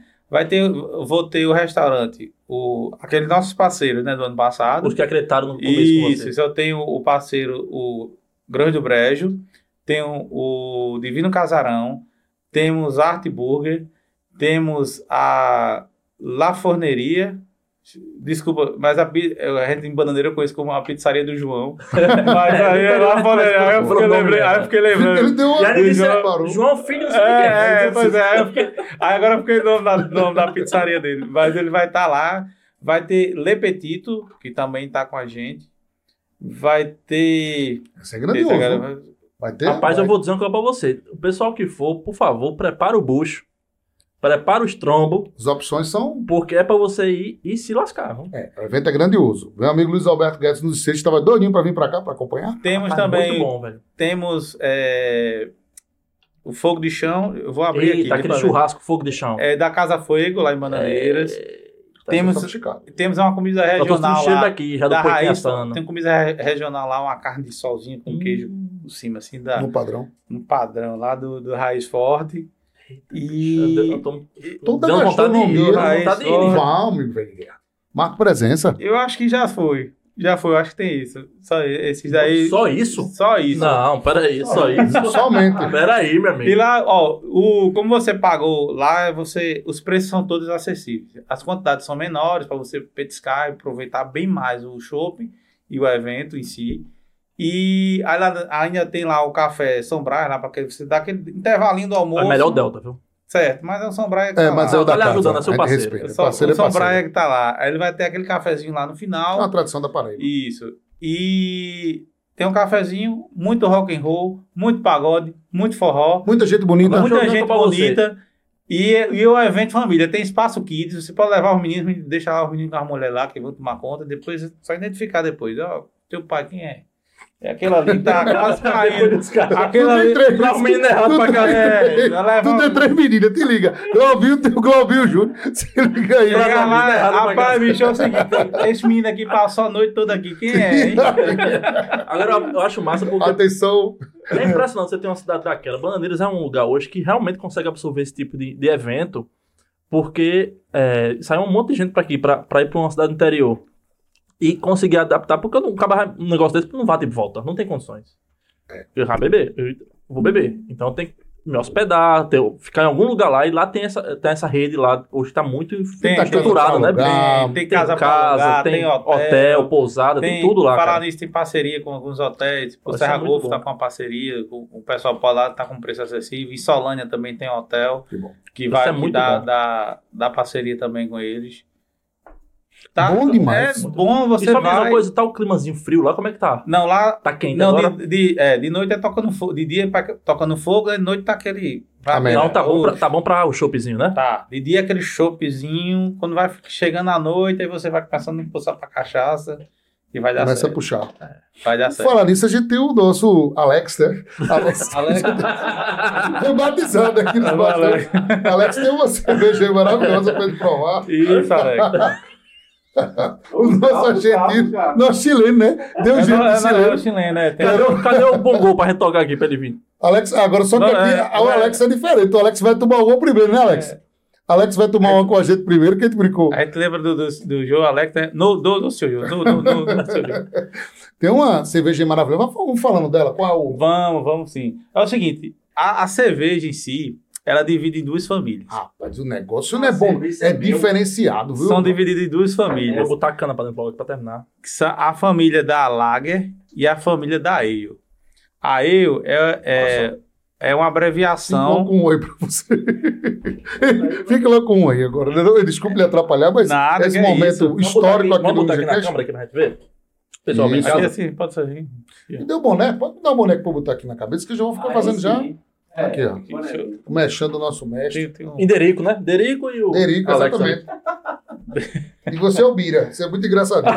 Vou ter o restaurante, aqueles nossos parceiros, né, do ano passado. Os que acreditaram no começo com você. Isso, eu tenho o parceiro, o Grande do Brejo, tenho o Divino Casarão, temos a Arte Burger, temos a La Forneria. Desculpa, mas a gente em Bananeira eu conheço como a pizzaria do João. Mas aí La Forneria, aí eu fiquei lembrando. Ele deu E uma... aí ele disse, parou. João Filho, não sei Pois é. Aí agora eu fiquei no nome da pizzaria dele. Mas ele vai estar lá. Vai ter Le Petito, que também está com a gente. Vai ter. Esse é grandioso. Esse agora- Vai ter? Rapaz, vai. eu vou dizer uma coisa pra você. O pessoal que for, por favor, prepara o bucho. Prepara os trombos, As opções são... porque é pra você ir e se lascar. Viu? O evento é grandioso. Meu amigo Luiz Alberto Guedes nos disse que estava doidinho para vir para cá para acompanhar. Temos Rapaz, também. Muito bom, velho. Temos o Fogo de Chão. Eu vou abrir Eita, aqui. aquele churrasco, fogo de chão. É da Casa Fuego, lá em Bananeiras. Temos, Sofisticado. temos uma comida Eu tô sentindo regional cheiro lá. daqui, já do Da porquinho raiz, assando. tem comida regional lá, uma carne de solzinho com queijo por cima, assim, No padrão. um padrão lá do Raiz Forte. Eu E tô Toda dando vontade de ir. gastronomia, Dando Raiz vontade de ir. Forte. Vamos, velho. Marca presença. eu acho que já foi. Eu acho que tem isso. Só esses daí. Só isso? Só isso. Não, peraí, só isso. Somente. Peraí, meu E amigo. lá, ó, como você pagou lá, os preços são todos acessíveis. As quantidades são menores para você petiscar e aproveitar bem mais o shopping e o evento em si. E aí lá, ainda tem lá o café São Brás, lá para você dar aquele intervalinho do almoço. É melhor o Delta, viu? Certo, mas é o São Brás que É, tá mas lá. é o da Olha, casa. ajudando, é seu a gente parceiro. respeita. O São Parceiro é Brás parceiro. que tá lá. Aí ele vai ter aquele cafezinho lá no É final. uma tradição da Paraíba. Isso. E tem um cafezinho, muito rock and roll, muito pagode, muito forró. Muita gente bonita. Deixa eu Muita ver gente pra você. bonita. E o evento família. Tem espaço kids. Você pode levar os meninos, deixar lá os meninos com as mulheres lá que vão tomar conta. Depois, só identificar depois. Ó, teu pai quem é? É aquele ali que tá quase caindo. Aquele ali. Pra o menino errado pra cá. Tu tem três meninas, te liga. Globinho Júnior. Se liga aí. Chega Pra lá, errado pra cá. rapaz, bicho, é o seguinte. Esse menino aqui passou a noite toda aqui. Quem é, hein? Agora, eu acho massa porque Atenção. é impressionante você ter uma cidade daquela. Bananeiras é um lugar hoje que realmente consegue absorver esse tipo de evento, porque sai um monte de gente pra aqui, pra ir pra uma cidade interior e conseguir adaptar, porque eu não acaba um negócio desse não vai ter volta, não tem condições. Eu vou beber, então tem me hospedar, ficar em algum lugar lá, e lá tem essa rede lá, hoje tá muito estruturada, né? Tem casa pra alugar, tem hotel, pousada, tem tudo lá, falar cara. nisso, tem parceria com alguns hotéis, o Vai Serra ser muito Golfo bom. tá com uma parceria, o pessoal por lá tá com preço acessível, em Solânia também tem hotel, Que bom. que Isso vai é muito dar parceria também com eles. Bom demais. É bom, E você só me diz uma vai... coisa, tá o climazinho frio lá, como é que tá? Não, lá... Tá quente Não, agora? de noite é tocando fogo, de dia é tocando fogo, de noite tá aquele... Amém. Não, tá bom pra o choppzinho, né? Tá, de dia aquele choppzinho, quando vai chegando à noite, aí você vai começando a impulsar pra cachaça e vai dar Começa a certo. puxar. Vai dar certo. Falar nisso, a gente tem o nosso Alex, né? Alex. Alex, Foi batizado aqui nos bastões. Alex tem uma cerveja aí maravilhosa pra ele provar. isso, Alex. O nosso argentino, nosso chileno, né? Deu um jeito de Não, é chileno. chileno, né? Tem- Cadê o bongo pra retocar aqui pra ele vir? Alex, agora só que Não, aqui o Alex é diferente. O Alex vai tomar uma primeiro, né, Alex? Alex vai tomar uma com a gente primeiro, que a gente brincou. A gente lembra do jogo, Alex, né? Do seu jogo. No seu jogo. Tem uma cerveja maravilhosa. Vamos falando dela. Qual? Vamos sim. É o seguinte, a cerveja em si, ela divide em duas famílias. Rapaz, o negócio não é bom. É diferenciado, viu? São divididas em duas Vou famílias. botar a cana pra dentro do bagulho pra terminar. Que são a família da Lager e a família da Ale. A Ale é uma Fica abreviação... lá com um oi pra você. Fica lá com um oi agora. Desculpe lhe atrapalhar, mas Nada, esse que é momento isso. histórico aqui Vamos do botar aqui na Musicast. câmera aqui pra gente ver? Pessoal, vem Isso. cá. Aqui assim, pode ser assim. Me deu boné? Pode me dar um boné pra eu botar aqui na cabeça, que eu já vou ficar fazendo já. Aqui, ó. Deixa eu- Mexendo o nosso mestre. tem um- Em Derico, né? Derico e o Derico, Alex exatamente. E você é o Bira. Você é muito engraçadinho.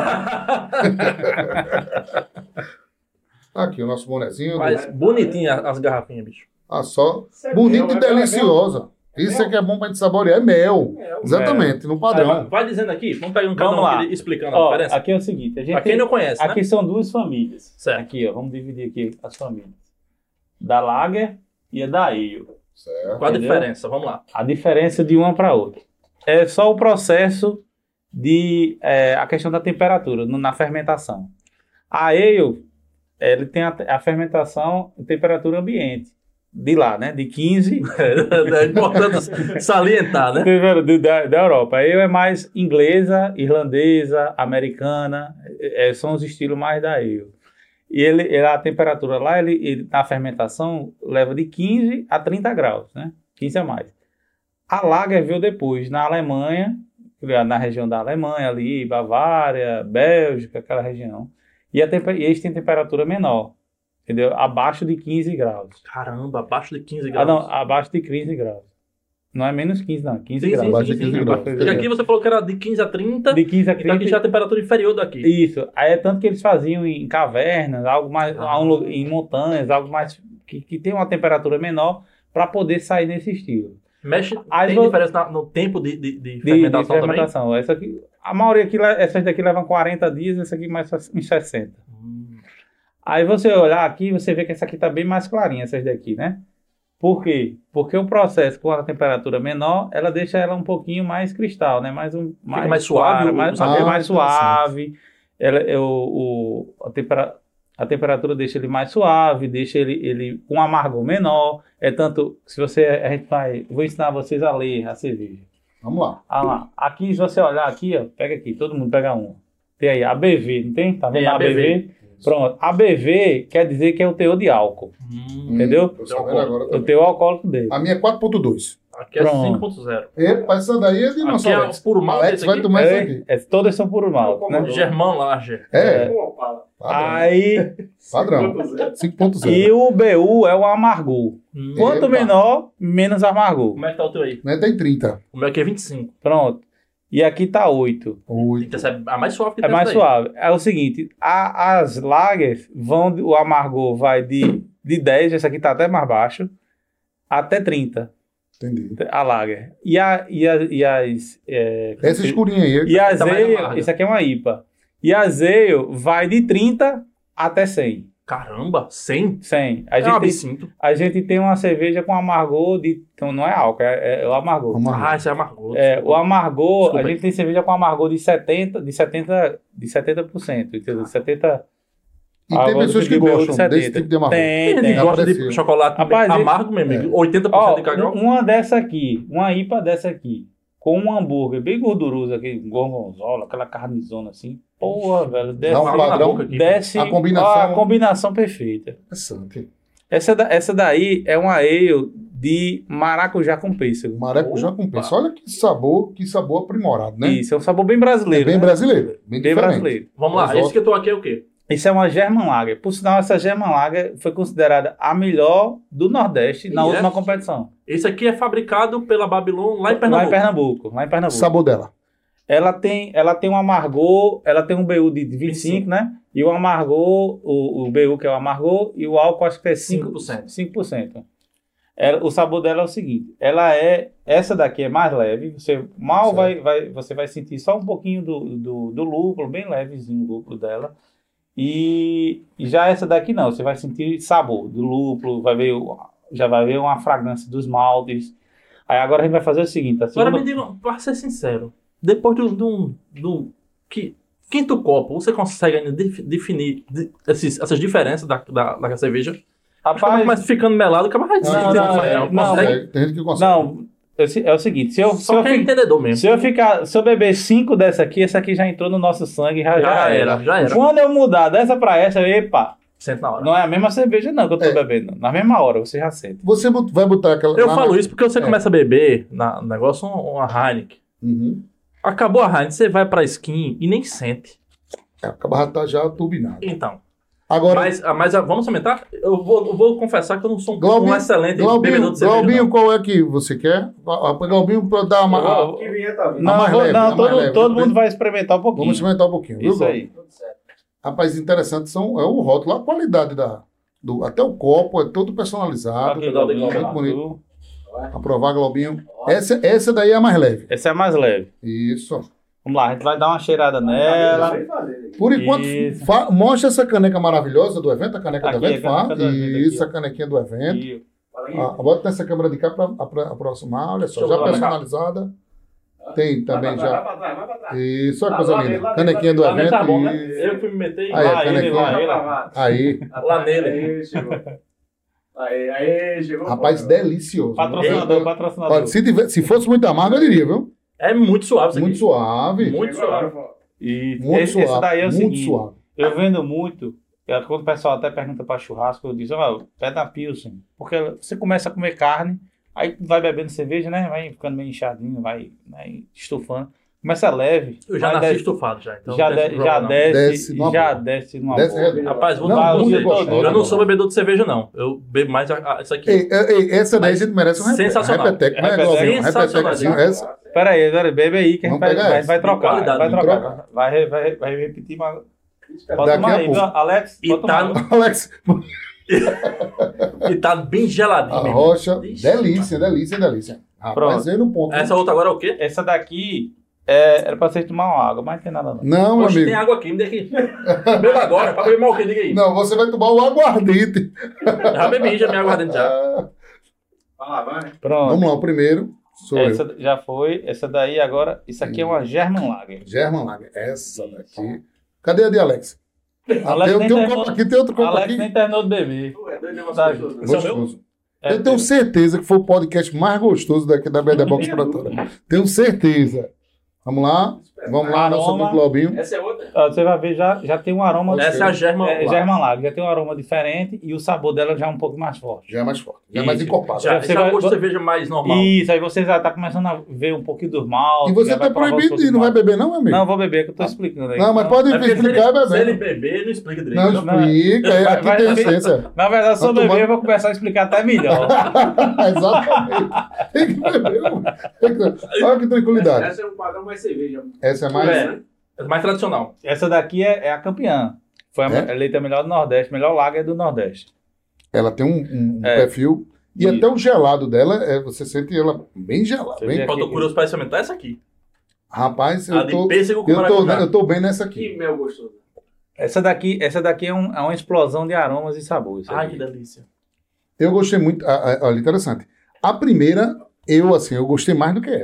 Aqui, o nosso bonezinho. Mas bonitinha as garrafinhas, bicho. Ah, só. Isso é Bonita mel, e deliciosa. Isso é que é bom pra gente saborear. É mel. Exatamente, no padrão. Vai dizendo aqui, vamos pegar um Vamos canal lá. aqui explicando a Ó, diferença. aqui é o seguinte, a gente Pra quem tem- não conhece, né? aqui são duas famílias. Certo. Aqui, ó, vamos dividir aqui as famílias. Da Lager e a da Ale. Certo. Qual a entendeu? diferença? Vamos lá. A diferença de uma para outra. É só o processo de... a questão da temperatura na fermentação. A Ale, ele tem a fermentação em temperatura ambiente. De lá, né? De 15... É importante salientar, né? Da Europa. A Ale é mais inglesa, irlandesa, americana. São os estilos mais da Ale. E a temperatura lá, ele na fermentação, leva de 15 a 30 graus, né? 15 a mais. A Lager veio depois, na Alemanha, na região da Alemanha ali, Bavária, Bélgica, aquela região. E eles têm temperatura menor, entendeu? Abaixo de 15 graus. Caramba, abaixo de 15 Ah, graus. não, abaixo de 15 graus. Não é menos 15, não. 15 Sim, graus. sim, Abaixo sim, de sim. 15 graus. Porque aqui você falou que era de 15 a 30, De 15 a e 30. daqui já é a temperatura inferior daqui. Isso. Aí é tanto que eles faziam em cavernas, algo mais, em montanhas, algo mais que tem uma temperatura menor para poder sair nesse estilo. Mexe, Aí tem vo- diferença no tempo de De fermentação também? fermentação. Essa aqui, a maioria aqui, essas daqui levam 40 dias, essa aqui mais uns 60. Aí você olhar aqui, você vê que essa aqui está bem mais clarinha, essas daqui, né? Por quê? Porque o processo com a temperatura menor, ela deixa ela um pouquinho mais cristal, né? Mais mais suave, clara, o sabor. mais suave. A temperatura deixa ele mais suave, deixa ele com um amargor menor. É tanto, vou ensinar vocês a ler a cerveja. Vamos lá. Ah lá, aqui se você olhar aqui, ó, pega aqui, todo mundo pega um. Tem aí ABV, não tem? Tá vendo Tem a ABV? Pronto, ABV quer dizer que é o teor de álcool, entendeu? Tô sabendo agora O também. teor alcoólico dele. A minha é 4.2. Aqui é Pronto. 5.0. Epa, essa daí é de Aqui nosso é Alex. o puro malte Alex esse vai aqui? tomar isso aqui. Todas são por mal, né? Germán Lager. É, Com Opala. padrão. Aí, Padrão. 5.0. e o BU é o amargor. Quanto Epa. menor, menos amargor. Como é que tá o teu aí? Né, tem 30. O meu aqui é 25. Pronto. E aqui tá 8. 8. Essa é a mais suave que É tem mais essa daí. suave. É o seguinte, as lagers o amargor vai de 10, essa aqui tá até mais baixo, até 30, Entendi. a lager. E as... Essa escurinha aí. E a tá mais Zeio, amarga. isso aqui é uma IPA. E a Zeio vai de 30 até 100. Caramba, 100? 100. É um absinto. A gente tem uma cerveja com amargor de... Então não é álcool, é o amargor. Ah, esse é amargoso. O amargor, Desculpa a gente tem cerveja com amargor de 70%, entendeu? 70. E tem pessoas que gostam desse tipo de amargor. Tem Tem. gosta de Aprecio. chocolate Rapaz, amargo, meu amigo. 80% Ó, de cacau. uma dessa aqui, uma IPA dessa aqui, com um hambúrguer bem gorduroso, aquele gorgonzola, aquela carnezona assim. Porra, velho, Dá um água na padrão. boca aqui. desce A combinação- a combinação perfeita. Interessante. Essa daí é uma ale de maracujá com pêssego. Maracujá com peixe. Olha que sabor aprimorado, né? Isso, é um sabor bem É brasileiro. bem né? brasileiro. Bem Bem diferente. brasileiro. Vamos lá, Exótico. esse que eu tô aqui é o quê? Isso é uma German Lager. Por sinal, essa German Lager foi considerada a melhor do Nordeste na E última é? competição. Esse aqui é fabricado pela Babylon lá em Lá Pernambuco. em Pernambuco. Lá em Pernambuco. Sabor dela. Ela tem um amargor, ela tem um BU de 25, né? E o amargor, o BU que é o amargor, e o álcool acho que é 5%. 5%. O sabor dela é o seguinte, essa daqui é mais leve, você mal você vai sentir só um pouquinho do lúpulo, bem levezinho o lúpulo dela. E já essa daqui não, você vai sentir sabor do lúpulo, já vai ver uma fragrância dos maltes. Aí agora a gente vai fazer o seguinte, a Agora segunda... me diga, pra ser sincero, depois do quinto copo, você consegue ainda definir essas diferenças da cerveja? Acho que Rapaz, mais ficando melado, que mais não, consegue. Tem gente que consegue. não, é o seguinte, se Só quem é entendedor mesmo. eu beber 5 dessa aqui, essa aqui já entrou no nosso sangue, já era. Já era. Quando eu mudar dessa pra essa, epa, Sente na hora. não é a mesma cerveja não que eu tô bebendo. Na mesma hora, você já sente. Você vai botar aquela... Eu falo isso porque você começa a beber no negócio uma Heineken. Uhum. Acabou a Heineken, você vai pra skin e nem sente. Acaba já turbinado. Então. Agora, Mas vamos aumentar? Eu vou confessar que eu não sou um Glaubinho, excelente bebedor de cerveja. Glaubinho, não. qual é que você quer? Glaubinho para dar uma... Que vinheta, viu? Não, mais leve, não, a mais leve. todo mundo vai experimentar um pouquinho. Vamos experimentar um pouquinho, viu, Isso Glaubinho? aí. Tudo certo. Rapaz, interessante é o rótulo, a qualidade até o copo é todo personalizado. Aqui, Glaubinho, Glaubinho, muito bonito. Arthur. Aprovar, Globinho. Essa daí é a mais leve. Essa é a mais leve. Isso. Vamos lá, a gente vai dar uma cheirada nela. Sem fazer. Por enquanto, Isso. mostra essa caneca maravilhosa do evento, a caneca Aqui, do evento. a caneca do evento Isso, aqui, ó. a canequinha do evento. E- Fala aí. Bota nessa câmera de cá para aproximar, olha só, Deixa eu já ver lá, personalizada. Tem também Vai já. pra trás, vai pra trás. Isso, olha Ah, coisa lá linda. vem, lá vem, Canequinha do lá Lá vem, evento. tá bom, né? Isso. Eu fui me meter Aí, Lá ele, canequinha. lá ele. Aí. Lá nele. Aí, chegou. Aí, chegou. Rapaz, delicioso. Patrocinador. Olha, se fosse muito amargo, eu diria, viu? É muito suave isso aqui. Muito suave. Muito suave. E Muito esse suave. daí é o muito seguinte, suave. eu vendo muito, quando o pessoal até pergunta para churrasco, eu digo, pede a Pilsen, porque você começa a comer carne, aí vai bebendo cerveja, né, vai ficando meio inchadinho, vai estufando, começa leve, Eu já aí nasci desce- estufado já. Então já, não tem de- problema, já não. desce, Desce numa já boa. desce numa Desce boa. redondo. Rapaz, vou Não, dar muito você todo. gostoso. Eu não sou bebedor de cerveja, não. Eu bebo mais isso aqui. Ei, essa daí a gente merece um Sensacional. repeteco, né, Repeteco. Globinho? Sensacional. Repetecozinho. Essa. Pera aí, agora bebe aí que a gente Vamos pegar vai essa. trocar, Qualidade, vai vamos trocar, vai repetir, mas pode Daqui tomar a aí, pouco. viu? Alex, E pode tá tomar. Alex, E tá bem geladinho a mesmo. rocha. Ixi. Delícia. Rapaz, Pronto. veio no ponto. Essa outra agora é o quê? Essa daqui era pra vocês tomar uma água, mas não tem nada não. Não, meu Oxe, amigo. tem água aqui, me dê aqui. Beba agora, pra beber mal o quê? Diga aí. Não, você vai tomar o aguardente. Já bebi, já me aguardando já. Vai lá, vai. Pronto. Vamos lá, o primeiro sou eu. Essa já foi, essa daí agora, isso aqui é uma German Lager. German Lager. Essa daqui. Cadê a de Alex? Alex Tem nem um terminou- copo aqui, tem outro copo Alex aqui. nem terminou de beber. Tu é doido, negócio Tá. gostoso, né? Esse é o meu? Gostoso. É, Eu tenho certeza que foi o podcast mais gostoso daqui da BD Box Pratória. Tenho certeza. Vamos lá, nosso Aroma. amigo Globinho. Essa é outra? Você vai ver, já tem um aroma. Essa é a German. German Lager, já tem um aroma diferente e o sabor dela já é um pouco mais forte. Já é mais forte, já é mais Isso. encorpado. Já, Você esse é vai- o gosto de cerveja mais normal. Isso, aí você já tá começando a ver um pouquinho dos mal. E você tá proibido de ir, não vai beber não, meu amigo? Não, vou beber, que eu tô explicando aí. Não, mas pode É porque explicar se ele bebendo. beber, não explica direito. Não Não. explica, aqui Vai- tem vai- essência. Na verdade, se eu Vai tomar- beber, eu vou começar a explicar até melhor. Exatamente. Tem que beber. Olha que tranquilidade. Essa é um padrão mais cerveja. Essa é mais... É mais tradicional. Essa daqui é a campeã. Foi É? eleita a melhor do Nordeste, melhor lager do Nordeste. Ela tem um É. perfil. E Isso. até o gelado dela, você sente ela bem gelada. Você Bem... vê Eu tô curioso pra experimentar essa aqui. Rapaz, A de pêssego com eu maracujá. tô bem nessa aqui. Que mel gostoso. Essa daqui é uma explosão de aromas e sabores. Ai, que delícia. Eu gostei muito. Olha, interessante. A primeira, eu gostei mais do que essa.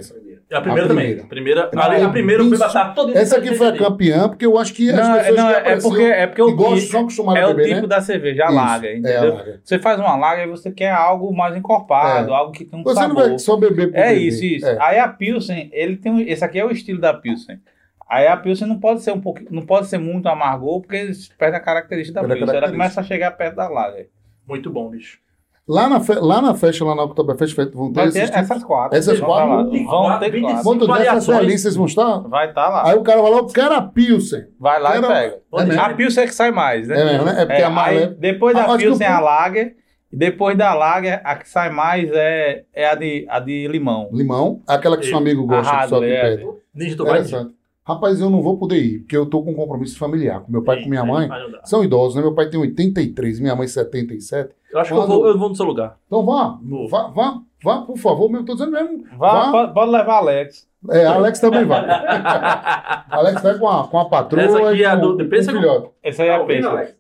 A primeira também. primeira. A primeira foi batata toda. Essa aqui foi a campeã, porque eu acho que as pessoas que apreciam, é porque que gostam, são acostumadas é a beber, o tipo né? da cerveja, a Isso, lager, é a entendeu? lager. Você faz uma lager e você quer algo mais encorpado, algo que tem um Você sabor. não vai só beber por É beber. isso. É. Aí a Pilsen, esse aqui é o estilo da Pilsen. Aí a Pilsen não pode ser não pode ser muito amargor, porque perde a característica da Perde a Pilsen. Ela característica. começa a chegar perto da lager. Muito bom, bicho. Lá na festa, lá na Oktoberfest, vão ter Vai ter esses tipos. essas quatro. Essas Vão quatro? tá lá. Tem Vão quatro, ter 25. quatro. Quando dessas variações. delícias vão estar... Vai estar lá. Aí o cara vai lá, eu quero a Pilsen. Vai lá Quero- e pega. É mesmo? A Pilsen é que sai mais, né? É mesmo, né? É porque a aí, malha... depois da Acho que Pilsen o- é a lager. E depois da lager, a que sai mais é a de limão. Limão, aquela que seu amigo gosta, que só que Radler, pede. Ninja, tu vai? Interessante. Rapaz, eu não vou poder ir, porque eu tô com um compromisso familiar. Com meu pai e com minha mãe. São idosos, né? Meu pai tem 83, minha mãe 77. Eu acho que Quando- eu vou no seu lugar. Então vá, Vou. vá, por favor. Eu tô dizendo mesmo. Pode levar Alex. Alex também vai. Alex vai com a patroa Essa aqui e é a com, do- pensa com o com- filhote. Essa aí é a ouvindo, peixe. Alex?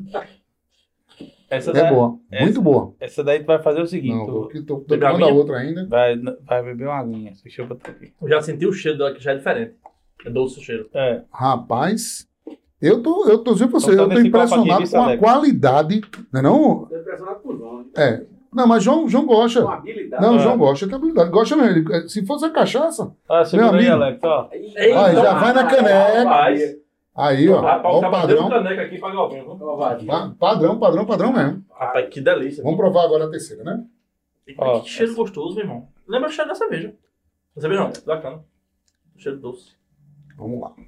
Essa É daí, boa, muito boa. Essa daí tu vai fazer o seguinte. Não, tô Beber tomando a aguinha? outra ainda. Vai beber uma aguinha. Deixa eu botar aqui. Eu já senti o cheiro dela que já é diferente. É doce o cheiro. É. Rapaz, eu tô dizendo pra você, Então, eu tô nesse copo aqui, impressionado viu, com a Alex? qualidade, não é não? Tô impressionado com o João. É. Não, mas João Com gosta. habilidade. Não, É. João gosta, tem habilidade. Gosta mesmo. Se fosse a cachaça, Olha, segura Meu aí, amigo. Alex, ó. Vai, já vai na caneca. Rapaz, aí, ó, rapaz, ó o o cara deu um padrão. caneca aqui pra Galvinho. Viu? Padrão mesmo. Rapaz, que delícia. Vamos provar agora a terceira, né? Ó, Que cheiro gostoso, meu irmão. Lembra o cheiro da cerveja. Da cerveja não, da cana. O cheiro doce. Vamos lá.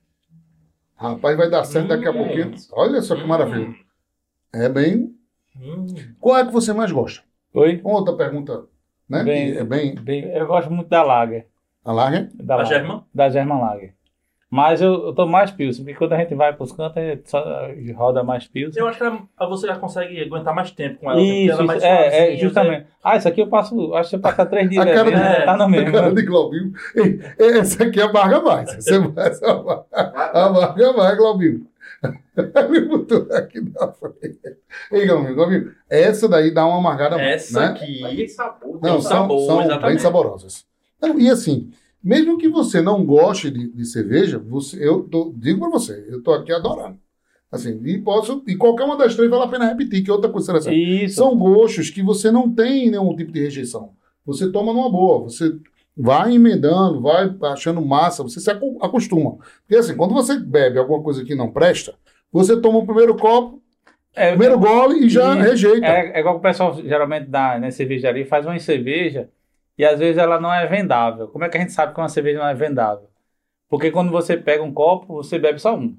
Rapaz, vai dar certo daqui a pouquinho. Olha só que maravilha. É bem... Qual é que você mais gosta? Oi? Uma outra pergunta, né? Bem- Que é bem... Eu gosto muito da Lager. A larga? Da A Lager. German? Da German Lager. Mas eu tô mais Pilsen, porque quando a gente vai pros cantos, a gente só roda mais Pilsen. Eu acho que você já consegue aguentar mais tempo com ela. porque Isso, ela é mais é suavezinha, justamente. Isso aqui eu passo, acho que eu passo 3 dias A cara, bebendo, de- tá no a mesmo. cara de Glaubinho. Essa aqui amarga mais. Você vai, amarga mais, Glaubinho. Me botou aqui na frente. Ei, Glaubinho, essa daí dá uma amargada mais, Essa né? aqui. Mas que sabor. Não, um sabor, são bem exatamente. saborosas. Não, e assim, mesmo que você não goste de cerveja, digo pra você, eu tô aqui adorando. Assim, e qualquer uma das três vale a pena repetir, que é outra coisa interessante. Isso. São gostos que você não tem nenhum tipo de rejeição. Você toma numa boa, você vai emendando, vai achando massa, você se acostuma. Porque assim, quando você bebe alguma coisa que não presta, você toma o primeiro copo, primeiro gole e já rejeita. É igual que o pessoal geralmente dá na cervejaria, faz uma cerveja e às vezes ela não é vendável. Como é que a gente sabe que uma cerveja não é vendável? Porque quando você pega um copo, você bebe só um.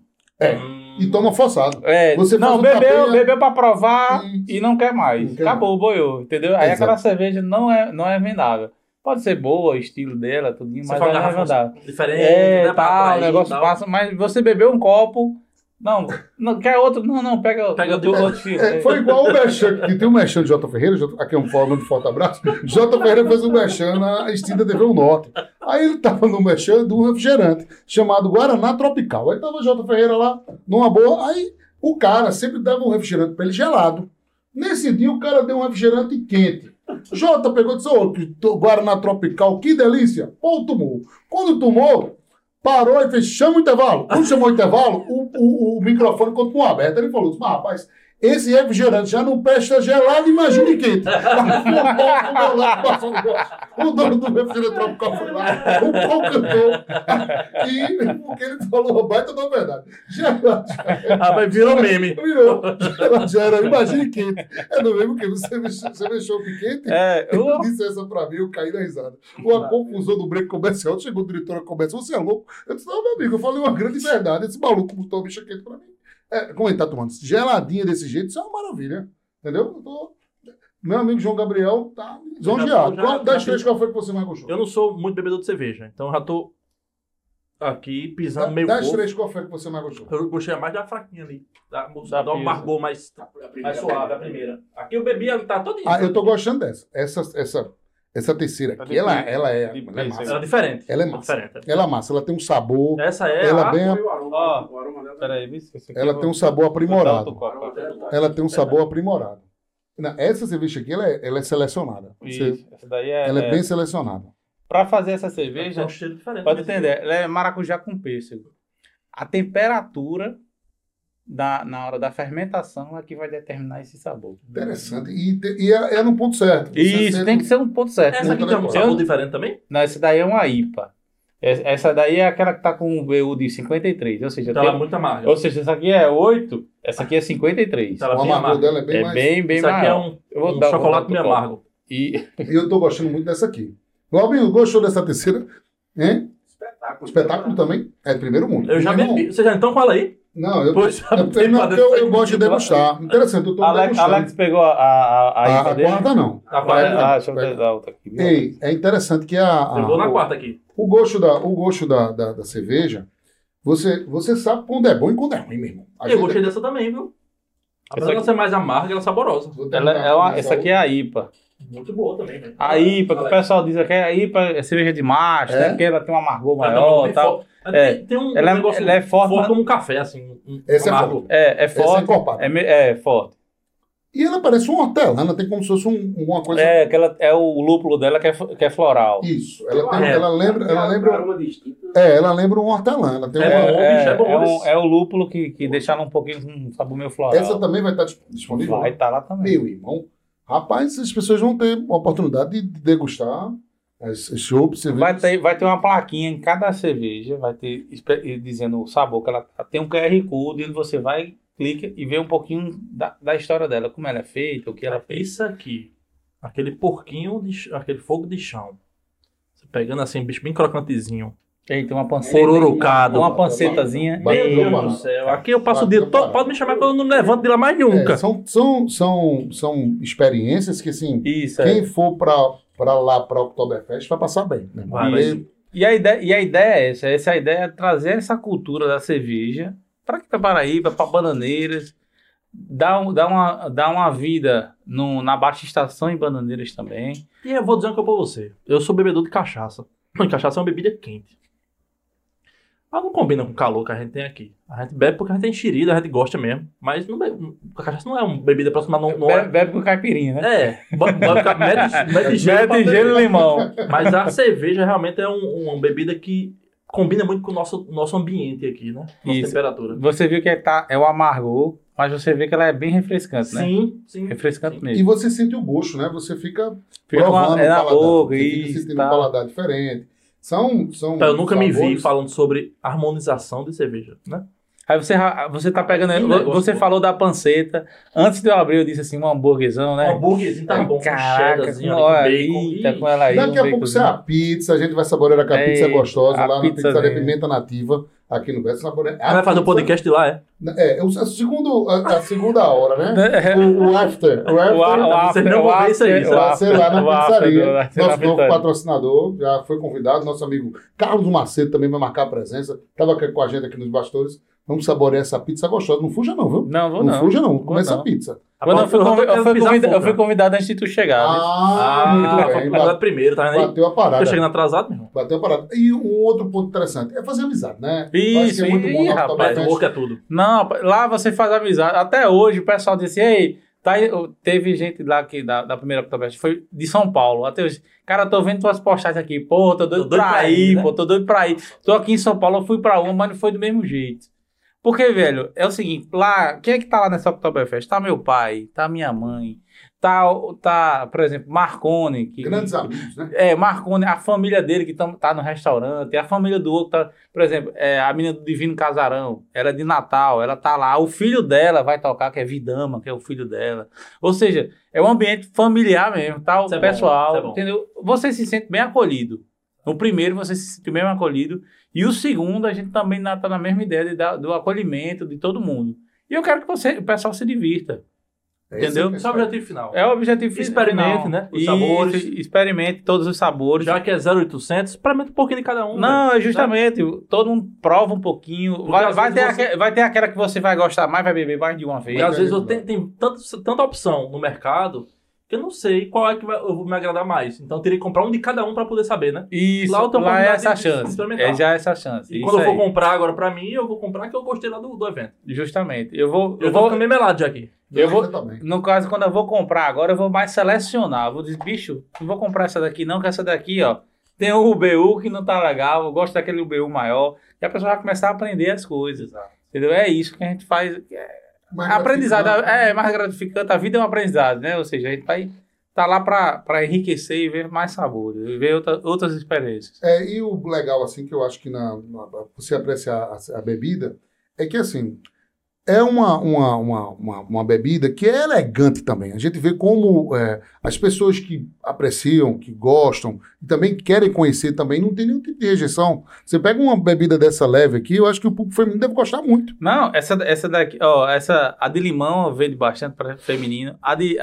E toma forçado. Você não, faz um tapinha- bebeu pra provar Isso. e não quer mais. Não quer Acabou, boiou, entendeu? Aí Exato. aquela cerveja não é vendável. Pode ser boa, o estilo dela, tudinho, Você mas fala ela não é garrafa vendável. diferente, né? Pra Tá, o atrair, negócio tal. passa, mas você bebeu um copo, não quer outro, não, pega outro estilo. Foi igual o Merchan, que tem um Merchan de J. Ferreira, aqui é um fórum de forte abraço. J. Ferreira fez um Merchan na Extinta TV O Norte. Aí ele tava no Merchan de um refrigerante chamado Guaraná Tropical. Aí tava J. Ferreira lá, numa boa. Aí o cara sempre dava um refrigerante pra ele gelado. Nesse dia o cara deu um refrigerante quente. Jota pegou e disse: ô, Guaraná Tropical, que delícia. Pô, tomou. Quando tomou, parou e fez: chama o intervalo. Quando chamou o intervalo, o microfone continuou aberto. Ele falou: mas rapaz, esse refrigerante já não presta gelado, imagine quente. O dono do refrigerante tropical foi lá, o pau cantou. E porque ele falou a baita da verdade. Gelado Rapaz, virou meme. virou. Gelado já era, imagine quente. É do mesmo que você mexeu o quente. Ele disse essa pra mim, eu caí na risada. Uma confusão do break comercial, chegou o diretor da comércio, você é louco? Eu disse: não, meu amigo, eu falei uma grande verdade. Esse maluco botou a bicha quente pra mim. Como ele tá tomando geladinha desse jeito, isso é uma maravilha. Entendeu? Meu amigo João Gabriel tá lisonjeado. Qual das três, qual foi que você mais gostou? Eu não sou muito bebedor de cerveja, então eu já tô aqui pisando meio Das pouco. três, qual foi que você mais gostou? Eu gostei mais da fraquinha ali. Da Pilsen. amargor mais suave, a primeira. Aqui eu bebi, ela tá toda Eu tô gostando dessa. Essa terceira aqui, ela é massa. Ela é diferente. Ela é massa. Diferente. Ela é massa, ela tem um sabor. Essa é Ela a... bem, O aroma dela. Peraí, viu? Esse aqui ela eu tem um vou- sabor vou dar aprimorado. outro copo. Ela tem um sabor aprimorado. Não, essa cerveja aqui, ela é selecionada. Isso, essa daí Ela é bem selecionada. Pra fazer essa Tem cerveja, um cheiro diferente. pode mas- entender, ela é maracujá com pêssego. A temperatura na hora da fermentação é que vai determinar esse sabor. Interessante. E é no ponto certo. Você Isso, sente- tem que ser um ponto certo. Essa aqui tem um sabor diferente também? Não, essa daí é uma IPA. Essa daí é aquela que tá com um BU de 53, ou seja, Então ela é muito amarga. ou seja, essa aqui é 8, essa aqui é 53. Ela é O bem amargor amarga. dela é bem É mais... bem Isso aqui maior. é um Eu vou dar- chocolate vou meio dar outro amargo. E E eu tô gostando muito dessa aqui. Robinho, gostou dessa terceira? Hein? Espetáculo também? É primeiro mundo. Eu já Meu irmão, bebi. Vocês já estão com ela aí? Não, eu, Pois, não, porque eu gosto de degustar. Interessante, eu tô degustando. Alex pegou a IPA A dele. quarta não. A quarta não. Deixa eu dar outra aqui. Ei, é interessante que Eu vou na quarta aqui. o gosto da cerveja, você sabe quando é bom e quando é ruim, meu irmão. A Eu gente- gostei dessa também, viu? Apesar Essa dela ser mais amarga, ela é saborosa. Vou terminar Essa aqui é a IPA. Muito boa também, velho. A IPA, que o pessoal diz que a IPA é cerveja de macho, É? né? Porque ela tem um amargor Ela maior bem e tal. forte. É. Tem um Ela é- negócio ela é forte, mas- como um café, assim. Essa é amargo. forte. É Essa é forte. encorpada. É forte. E ela parece uma hortelã, tem como se fosse uma coisa... É, que ela, é o lúpulo dela que é floral. Isso. Ela Tem um lembra... aroma distinto. Ela lembra uma hortelã. Ela tem É uma... bom, bicho, é bom esse. é o lúpulo que deixa ela um pouquinho com um sabor meio floral. Essa também vai estar disponível? Vai estar lá também. Meu irmão, rapaz, as pessoas vão ter a oportunidade de degustar as chopps, cervejas. Vai ter uma plaquinha em cada cerveja, vai ter dizendo o sabor, que ela tem um QR Code, onde você vai, clica e vê um pouquinho da história dela, como ela é feita, o que ela fez. Isso aqui, aquele porquinho, aquele fogo de chão. Você pegando assim, bicho bem crocantezinho. Tem uma panceta. Pororocado. Uma pancetazinha. Bateu Meu Deus parado. do céu. Aqui eu passo o Bateu dia todo. parado. Pode me chamar que eu não levanto de lá mais nunca. São experiências que, assim, Isso, quem for pra lá, pra Oktoberfest, vai passar bem. Né? Vai, Porque E a ideia é essa. Essa é a ideia é trazer essa cultura da cerveja para aqui para Paraíba, para Bananeiras, dar uma vida na Baixa Estação em Bananeiras também. E eu vou dizer uma coisa pra você. Eu sou bebedor de cachaça. E cachaça é uma bebida quente. Ela não combina com o calor que a gente tem aqui. A gente bebe porque a gente tem enxerida, a gente gosta mesmo. Mas não bebe, a cachaça não é uma bebida próxima, não é. Bebe com caipirinha, né? Mete gelo, pra Mete beber. gelo e limão. Mas a cerveja realmente é uma bebida que combina muito com o nosso ambiente aqui, né? Nossa Isso. temperatura. Você viu que é o amargor, mas você vê que ela é bem refrescante, né? Sim. Refrescante E mesmo. você sente o gosto, né? Você fica Fica com provando na o paladar. boca, Você fica isso, sentindo tá. um paladar diferente. São Então, eu nunca me vi sabores. falando sobre harmonização de cerveja, né? Aí você tá pegando. Que negócio Você bom. falou da panceta. Antes de eu abrir, eu disse assim: um hambúrguerzão, Um né? hambúrguerzinho tá bom, com Caraca, cheddarzinho com, olha, ali, com bacon. eita, Ih, com ela aí. Daqui a pouco sai a pizza, a gente vai saborear com a pizza É, gostosa a lá na pizza Pizzaria dele. Pimenta Nativa, aqui no Beto. Saborear. vai fazer o podcast de lá, é? A segunda hora, né? O after. Vocês não vão ver isso aí, Vai ser lá na pizzaria. Vai ser na Nosso novo pizzaria. patrocinador já foi convidado. Nosso amigo Carlos Macedo também vai marcar a presença. Estava aqui com a gente aqui nos bastidores. Vamos saborear essa pizza gostosa. Não fuja não, viu? Não, vou Não não. fuja não. Vou Começa não. a pizza. Quando eu Eu fui convidado antes de tu chegar. Muito bem. Mas primeiro, tá vendo aí? Bateu a parada. Tô chegando atrasado, meu irmão. Bateu a parada. E um outro ponto interessante é fazer amizade, né? Isso, Eu acho que é muito bom ih, na rapaz, Mas Oktoberfest. o work é tudo. Não, lá você faz amizade. Até hoje o pessoal disse, ei, tá aí, teve gente lá que, da primeira Oktoberfest, foi de São Paulo. Até hoje, cara, tô vendo tuas postagens aqui. Pô, tô doido pra ir, né? pô, tô doido pra ir. Tô aqui em São Paulo, eu fui pra uma, mas não foi do mesmo jeito. Porque, velho, é o seguinte, lá, quem é que tá lá nessa Oktoberfest? Tá meu pai, tá minha mãe, tá, por exemplo, Marconi. Grandes amigos, né? Marconi, a família dele que tá no restaurante, a família do outro tá, por exemplo, a menina do Divino Casarão, ela é de Natal, ela tá lá, o filho dela vai tocar, que é Vidama, que é o filho dela. Ou seja, é um ambiente familiar mesmo, tá? O Isso é bom, pessoal, isso é bom. entendeu? Você se sente bem acolhido. No primeiro você se sente bem acolhido e o segundo a gente também tá na mesma ideia do acolhimento de todo mundo. E eu quero que o pessoal se divirta. Entendeu? Esse é o objetivo final. É o objetivo Experimente, final. né? Os Isso, sabores. experimente todos os sabores. Já que é 0800, experimenta um pouquinho de cada um. Não, velho. é justamente. Todo mundo prova um pouquinho. Porque Vai, às vai, vezes ter vai ter aquela que você vai gostar mais, vai beber mais de uma vez. Porque às vezes tem tanta opção no mercado que eu não sei qual é que eu vou me agradar mais. Então eu teria que comprar um de cada um pra poder saber, né? Isso, Lá eu tenho lá é oportunidade essa de chance. experimentar. Já é essa chance. E Isso quando eu for aí. comprar agora pra mim, eu vou comprar que eu gostei lá do evento. Justamente. Eu vou. Eu tô ficando meio melado já aqui. Eu vou- Também. No caso, quando eu vou comprar agora, eu vou mais selecionar. Eu vou dizer, bicho, não vou comprar essa daqui não, que essa daqui, ó, Tem o UBU que não tá legal, eu gosto daquele UBU maior, e a pessoa vai começar a aprender as coisas. Entendeu? É isso que a gente faz. Mais Aprendizado gratificante. é mais gratificante, a vida é um aprendizado, né? Ou seja, a gente vai estar lá para enriquecer e ver mais sabores, ver outras experiências. E o legal, assim, que eu acho que você apreciar a bebida, é que, assim, é uma bebida que é elegante também. A gente vê como as pessoas que apreciam, que gostam, e também querem conhecer também, não tem nenhum tipo de rejeição. Você pega uma bebida dessa leve aqui, eu acho que o público feminino deve gostar muito. Não, essa daqui, ó, a de limão vende bastante para feminino,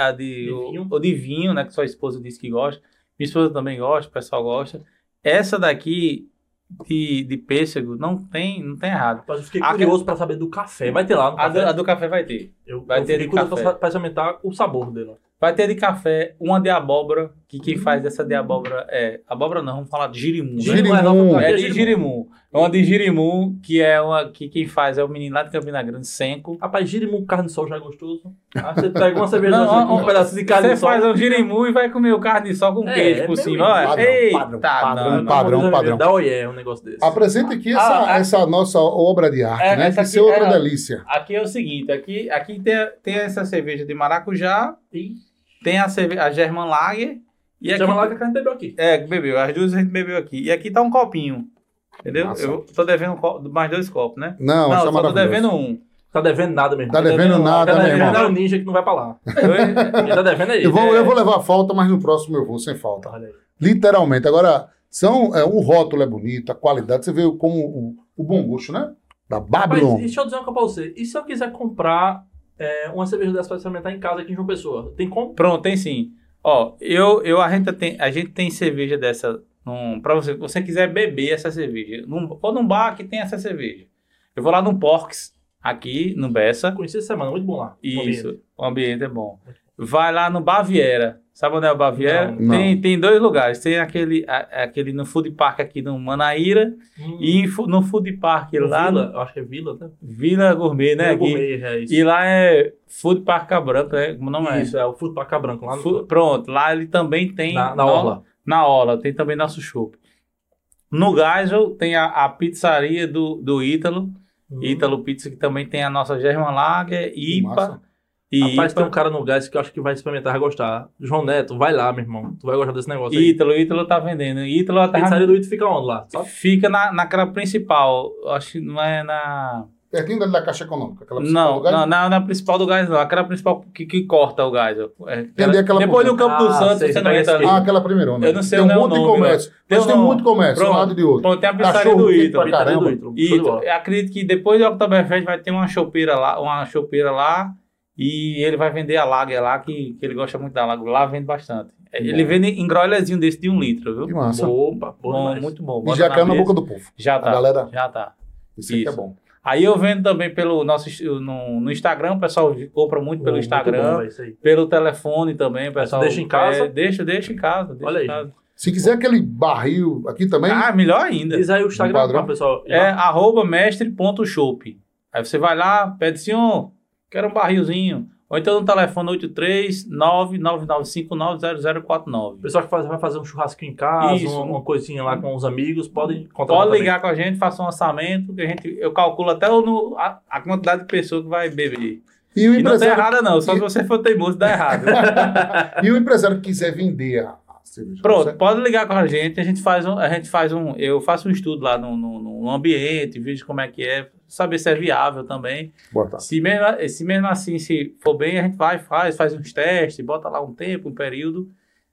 o de vinho, né, que sua esposa disse que gosta, minha esposa também gosta, o pessoal gosta. Essa daqui de pêssego não tem errado. Mas eu fiquei curioso pra saber do café. Vai ter lá no café? A do café vai ter. Vai ter de café. Pra experimentar o sabor dele. Vai ter de café, uma de abóbora, que quem faz dessa de abóbora abóbora não, vamos falar de girimum. Girimum. É de girimum. É uma de girimum, que é uma que quem faz é o menino lá de Campina Grande, Senco. Rapaz, girimum com carne de sol já é gostoso. Aí você pega uma cerveja com um pedaço de carne de sol. Você faz um girimum e vai comer o carne de sol com queijo por cima. Olha, Padrão. Dá oiê, um negócio desse. Apresenta aqui essa nossa obra de arte, né? Que ser outra delícia. Aqui é o seguinte, aqui tem essa cerveja de maracujá, tem a German Lager. E aqui, German Lager que a gente bebeu aqui. Bebeu. As duas a gente bebeu aqui. E aqui tá um copinho. Entendeu? Nossa. Eu tô devendo mais 2 copos, né? Não, só tô maravilhoso. devendo um. Tá devendo nada mesmo. Tá devendo nada, Tá meu devendo irmão. é o ninja que não vai pra lá. Quem tá devendo é ele. Eu vou levar falta, mas no próximo eu vou, sem falta. Olha aí. Literalmente. Agora, o rótulo é bonito, a qualidade, você vê como o bom gosto, né? Da Babylon. Mas deixa eu dizer uma coisa pra você. E se eu quiser comprar uma cerveja dessa pra experimentar em casa aqui em João Pessoa? Tem como? Pronto, tem sim. Ó, a gente tem cerveja dessa. Pra você quiser beber essa cerveja. Ou num bar que tem essa cerveja. Eu vou lá no Porks, aqui no Bessa. Conheci essa semana, muito bom lá. Isso, o ambiente é bom. Vai lá no Baviera. Sabe onde é o Baviera? Não. Tem 2 lugares. Tem aquele no Food Park aqui no Manaíra e no Food Park lá. Vila, eu acho que é Vila, né? Vila Gourmet, né? Vila Gourmet, é isso. E lá é Food Park Cabranco, né? Como não é? Isso, é o Food Park Branco lá no... Pronto, lá ele também tem. Na Orla. Na Orla, tem também nosso chopp. No Geisel tem a pizzaria do Ítalo. Ítalo Pizza, que também tem a nossa German Lager, IPA. Rapaz, tem um cara no gás que eu acho que vai experimentar, vai gostar. João Neto, vai lá, meu irmão. Tu vai gostar desse negócio aí. Ítalo tá vendendo. A pizzaria do Ítalo fica onde lá? Sabe? Fica naquela principal. Acho que não é na... Pertinho da Caixa Econômica. Aquela Não, na principal do gás não. Aquela principal que corta o gás. Entendi, aquela depois do por Campo do Santos, sei, você não entra ali. aquela primeirona. Eu não sei tem onde é um o monte de nome, comércio. Tem Mas um tem nome. muito comércio, Pronto. um lado e de outro. Pronto, tem a pizzaria Cachorro do quente Ítalo. pra caramba. E eu acredito que depois do Oktoberfest vai ter uma chopeira lá e ele vai vender a Lager lá, que ele gosta muito da Lager. Lá vende bastante. Ele vende em growlerzinho desse de 1 litro, viu? Que massa. Opa, Bom, muito bom. E Bota já na caiu na mesa. boca do povo. Já tá. A galera... Já tá. Isso aqui é Isso. bom. Aí eu vendo também pelo no Instagram, o pessoal compra muito pelo Instagram, Bom, isso aí. pelo telefone também, o pessoal deixa em casa? Deixa em casa. Olha aí. Em casa. Se quiser aquele barril aqui também... Melhor ainda. Diz aí o Instagram padrão. pra pessoal. É @mestre.shop. Aí você vai lá, pede assim, quero um barrilzinho. Ou então no telefone 83999590049. O pessoal que vai fazer um churrasquinho em casa, Isso. uma coisinha lá com os amigos, podem contar. Pode ligar com a gente, faça um orçamento, que eu calculo até a quantidade de pessoas que vai beber. E o E não tá empresário... errada não, só se você for teimoso dá errado. E o empresário que quiser vender a cerveja. Pronto, certo? pode ligar com a gente eu faço um estudo lá no ambiente, vejo como é que é, saber se é viável também. Boa tarde. Se mesmo assim, se for bem, a gente faz uns testes, bota lá um tempo, um período.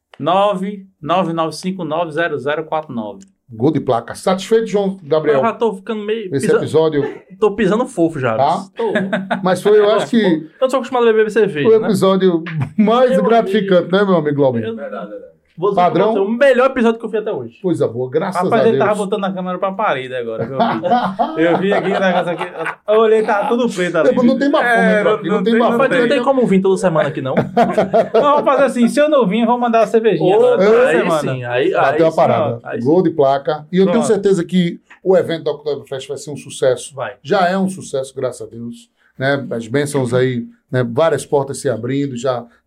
999590049. Gol de placa. Satisfeito, João Eu Gabriel? já tô ficando meio... Esse episódio... Tô pisando fofo já. Tá? Tô. Mas foi, eu acho que... Eu não sou acostumado a beber cerveja, Foi o né? episódio mais Meu gratificante, né, meu amigo Glauber? Vou dizer Padrão. pra você, o melhor episódio que eu fiz até hoje. Coisa boa, graças Rapaz, a ele Deus. tava botando a câmera pra parede agora. que eu vi aqui o negócio aqui. Eu olhei, tava tudo preto ali. Não tem bafômetro aqui, não tem Mas bafômetro. não tem como vir toda semana aqui, não. Vamos fazer assim, se eu não vir, vamos mandar uma cervejinha agora, toda aí semana. sim, aí Bateu a sim, parada. aí sim. Gol de placa. E eu tenho Pronto. certeza que o evento da Oktoberfest vai ser um sucesso. Vai. Já é um sucesso, graças a Deus. Né? As bênçãos aí, né? Várias portas se abrindo, já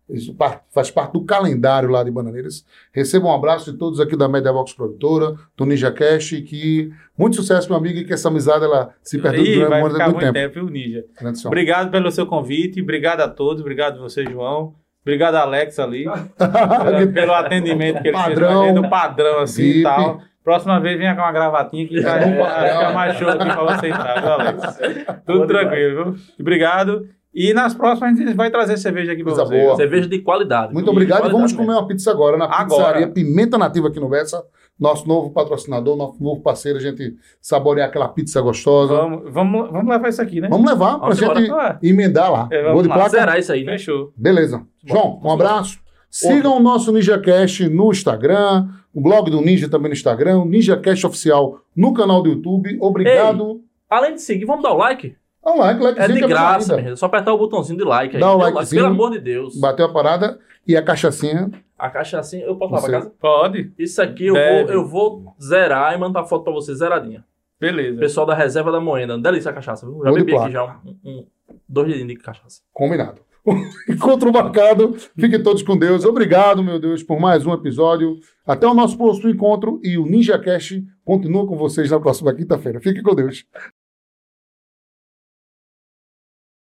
Isso faz parte do calendário lá de Bananeiras. Receba um abraço de todos aqui da Mediavox Produtora, do Ninja Cash, que muito sucesso, meu amigo, e que essa amizade ela se perdeu Ih, vai durante ficar muito muito tempo. tempo, viu, Ninja? Grande senhor. Obrigado pelo seu convite, obrigado a todos, obrigado a você, João. Obrigado, Alex, ali, pelo atendimento que ele Padrão, fez, do padrão assim VIP. e tal. Próxima vez venha com uma gravatinha que vai ficar mais show aqui pra você entrar, viu, Alex? Tudo tranquilo, viu? Obrigado. E nas próximas a gente vai trazer cerveja aqui pra Coisa você. boa. Cerveja de qualidade. Muito De obrigado e qualidade vamos mesmo. comer uma pizza agora na Agora. pizzaria Pimenta Nativa aqui no Bessa. Nosso novo patrocinador, nosso novo parceiro, a gente saborear aquela pizza gostosa. Vamos levar isso aqui, né? Vamos levar pra Vamos gente embora. emendar lá. É, vamos Gol de lá. placa? Zerar isso aí, né? Fechou. Beleza. João, um abraço. Sigam o nosso NinjaCast no Instagram, o blog do Ninja também no Instagram, o NinjaCast Oficial no canal do YouTube. Obrigado. Além de seguir, vamos dar o like? Dá um like, É likezinho de que graça, ainda. meu. É só apertar o botãozinho de like aí. Dá o Dê like, likezinho. pelo amor de Deus. Bateu a parada e a cachaçinha. A caixa assim, eu posso levar Você- pra casa? Pode. Isso aqui Deve. eu vou zerar e mandar foto pra você zeradinha. Beleza. Pessoal da reserva da Moenda. Delícia a cachaça, viu? Já Gol de bebi aqui placa. já 2 dedinhos de cachaça. Combinado. Encontro marcado. Fiquem todos com Deus. Obrigado, meu Deus, por mais um episódio. Até o nosso próximo encontro e o NinjaCast continua com vocês na próxima quinta-feira. Fiquem com Deus.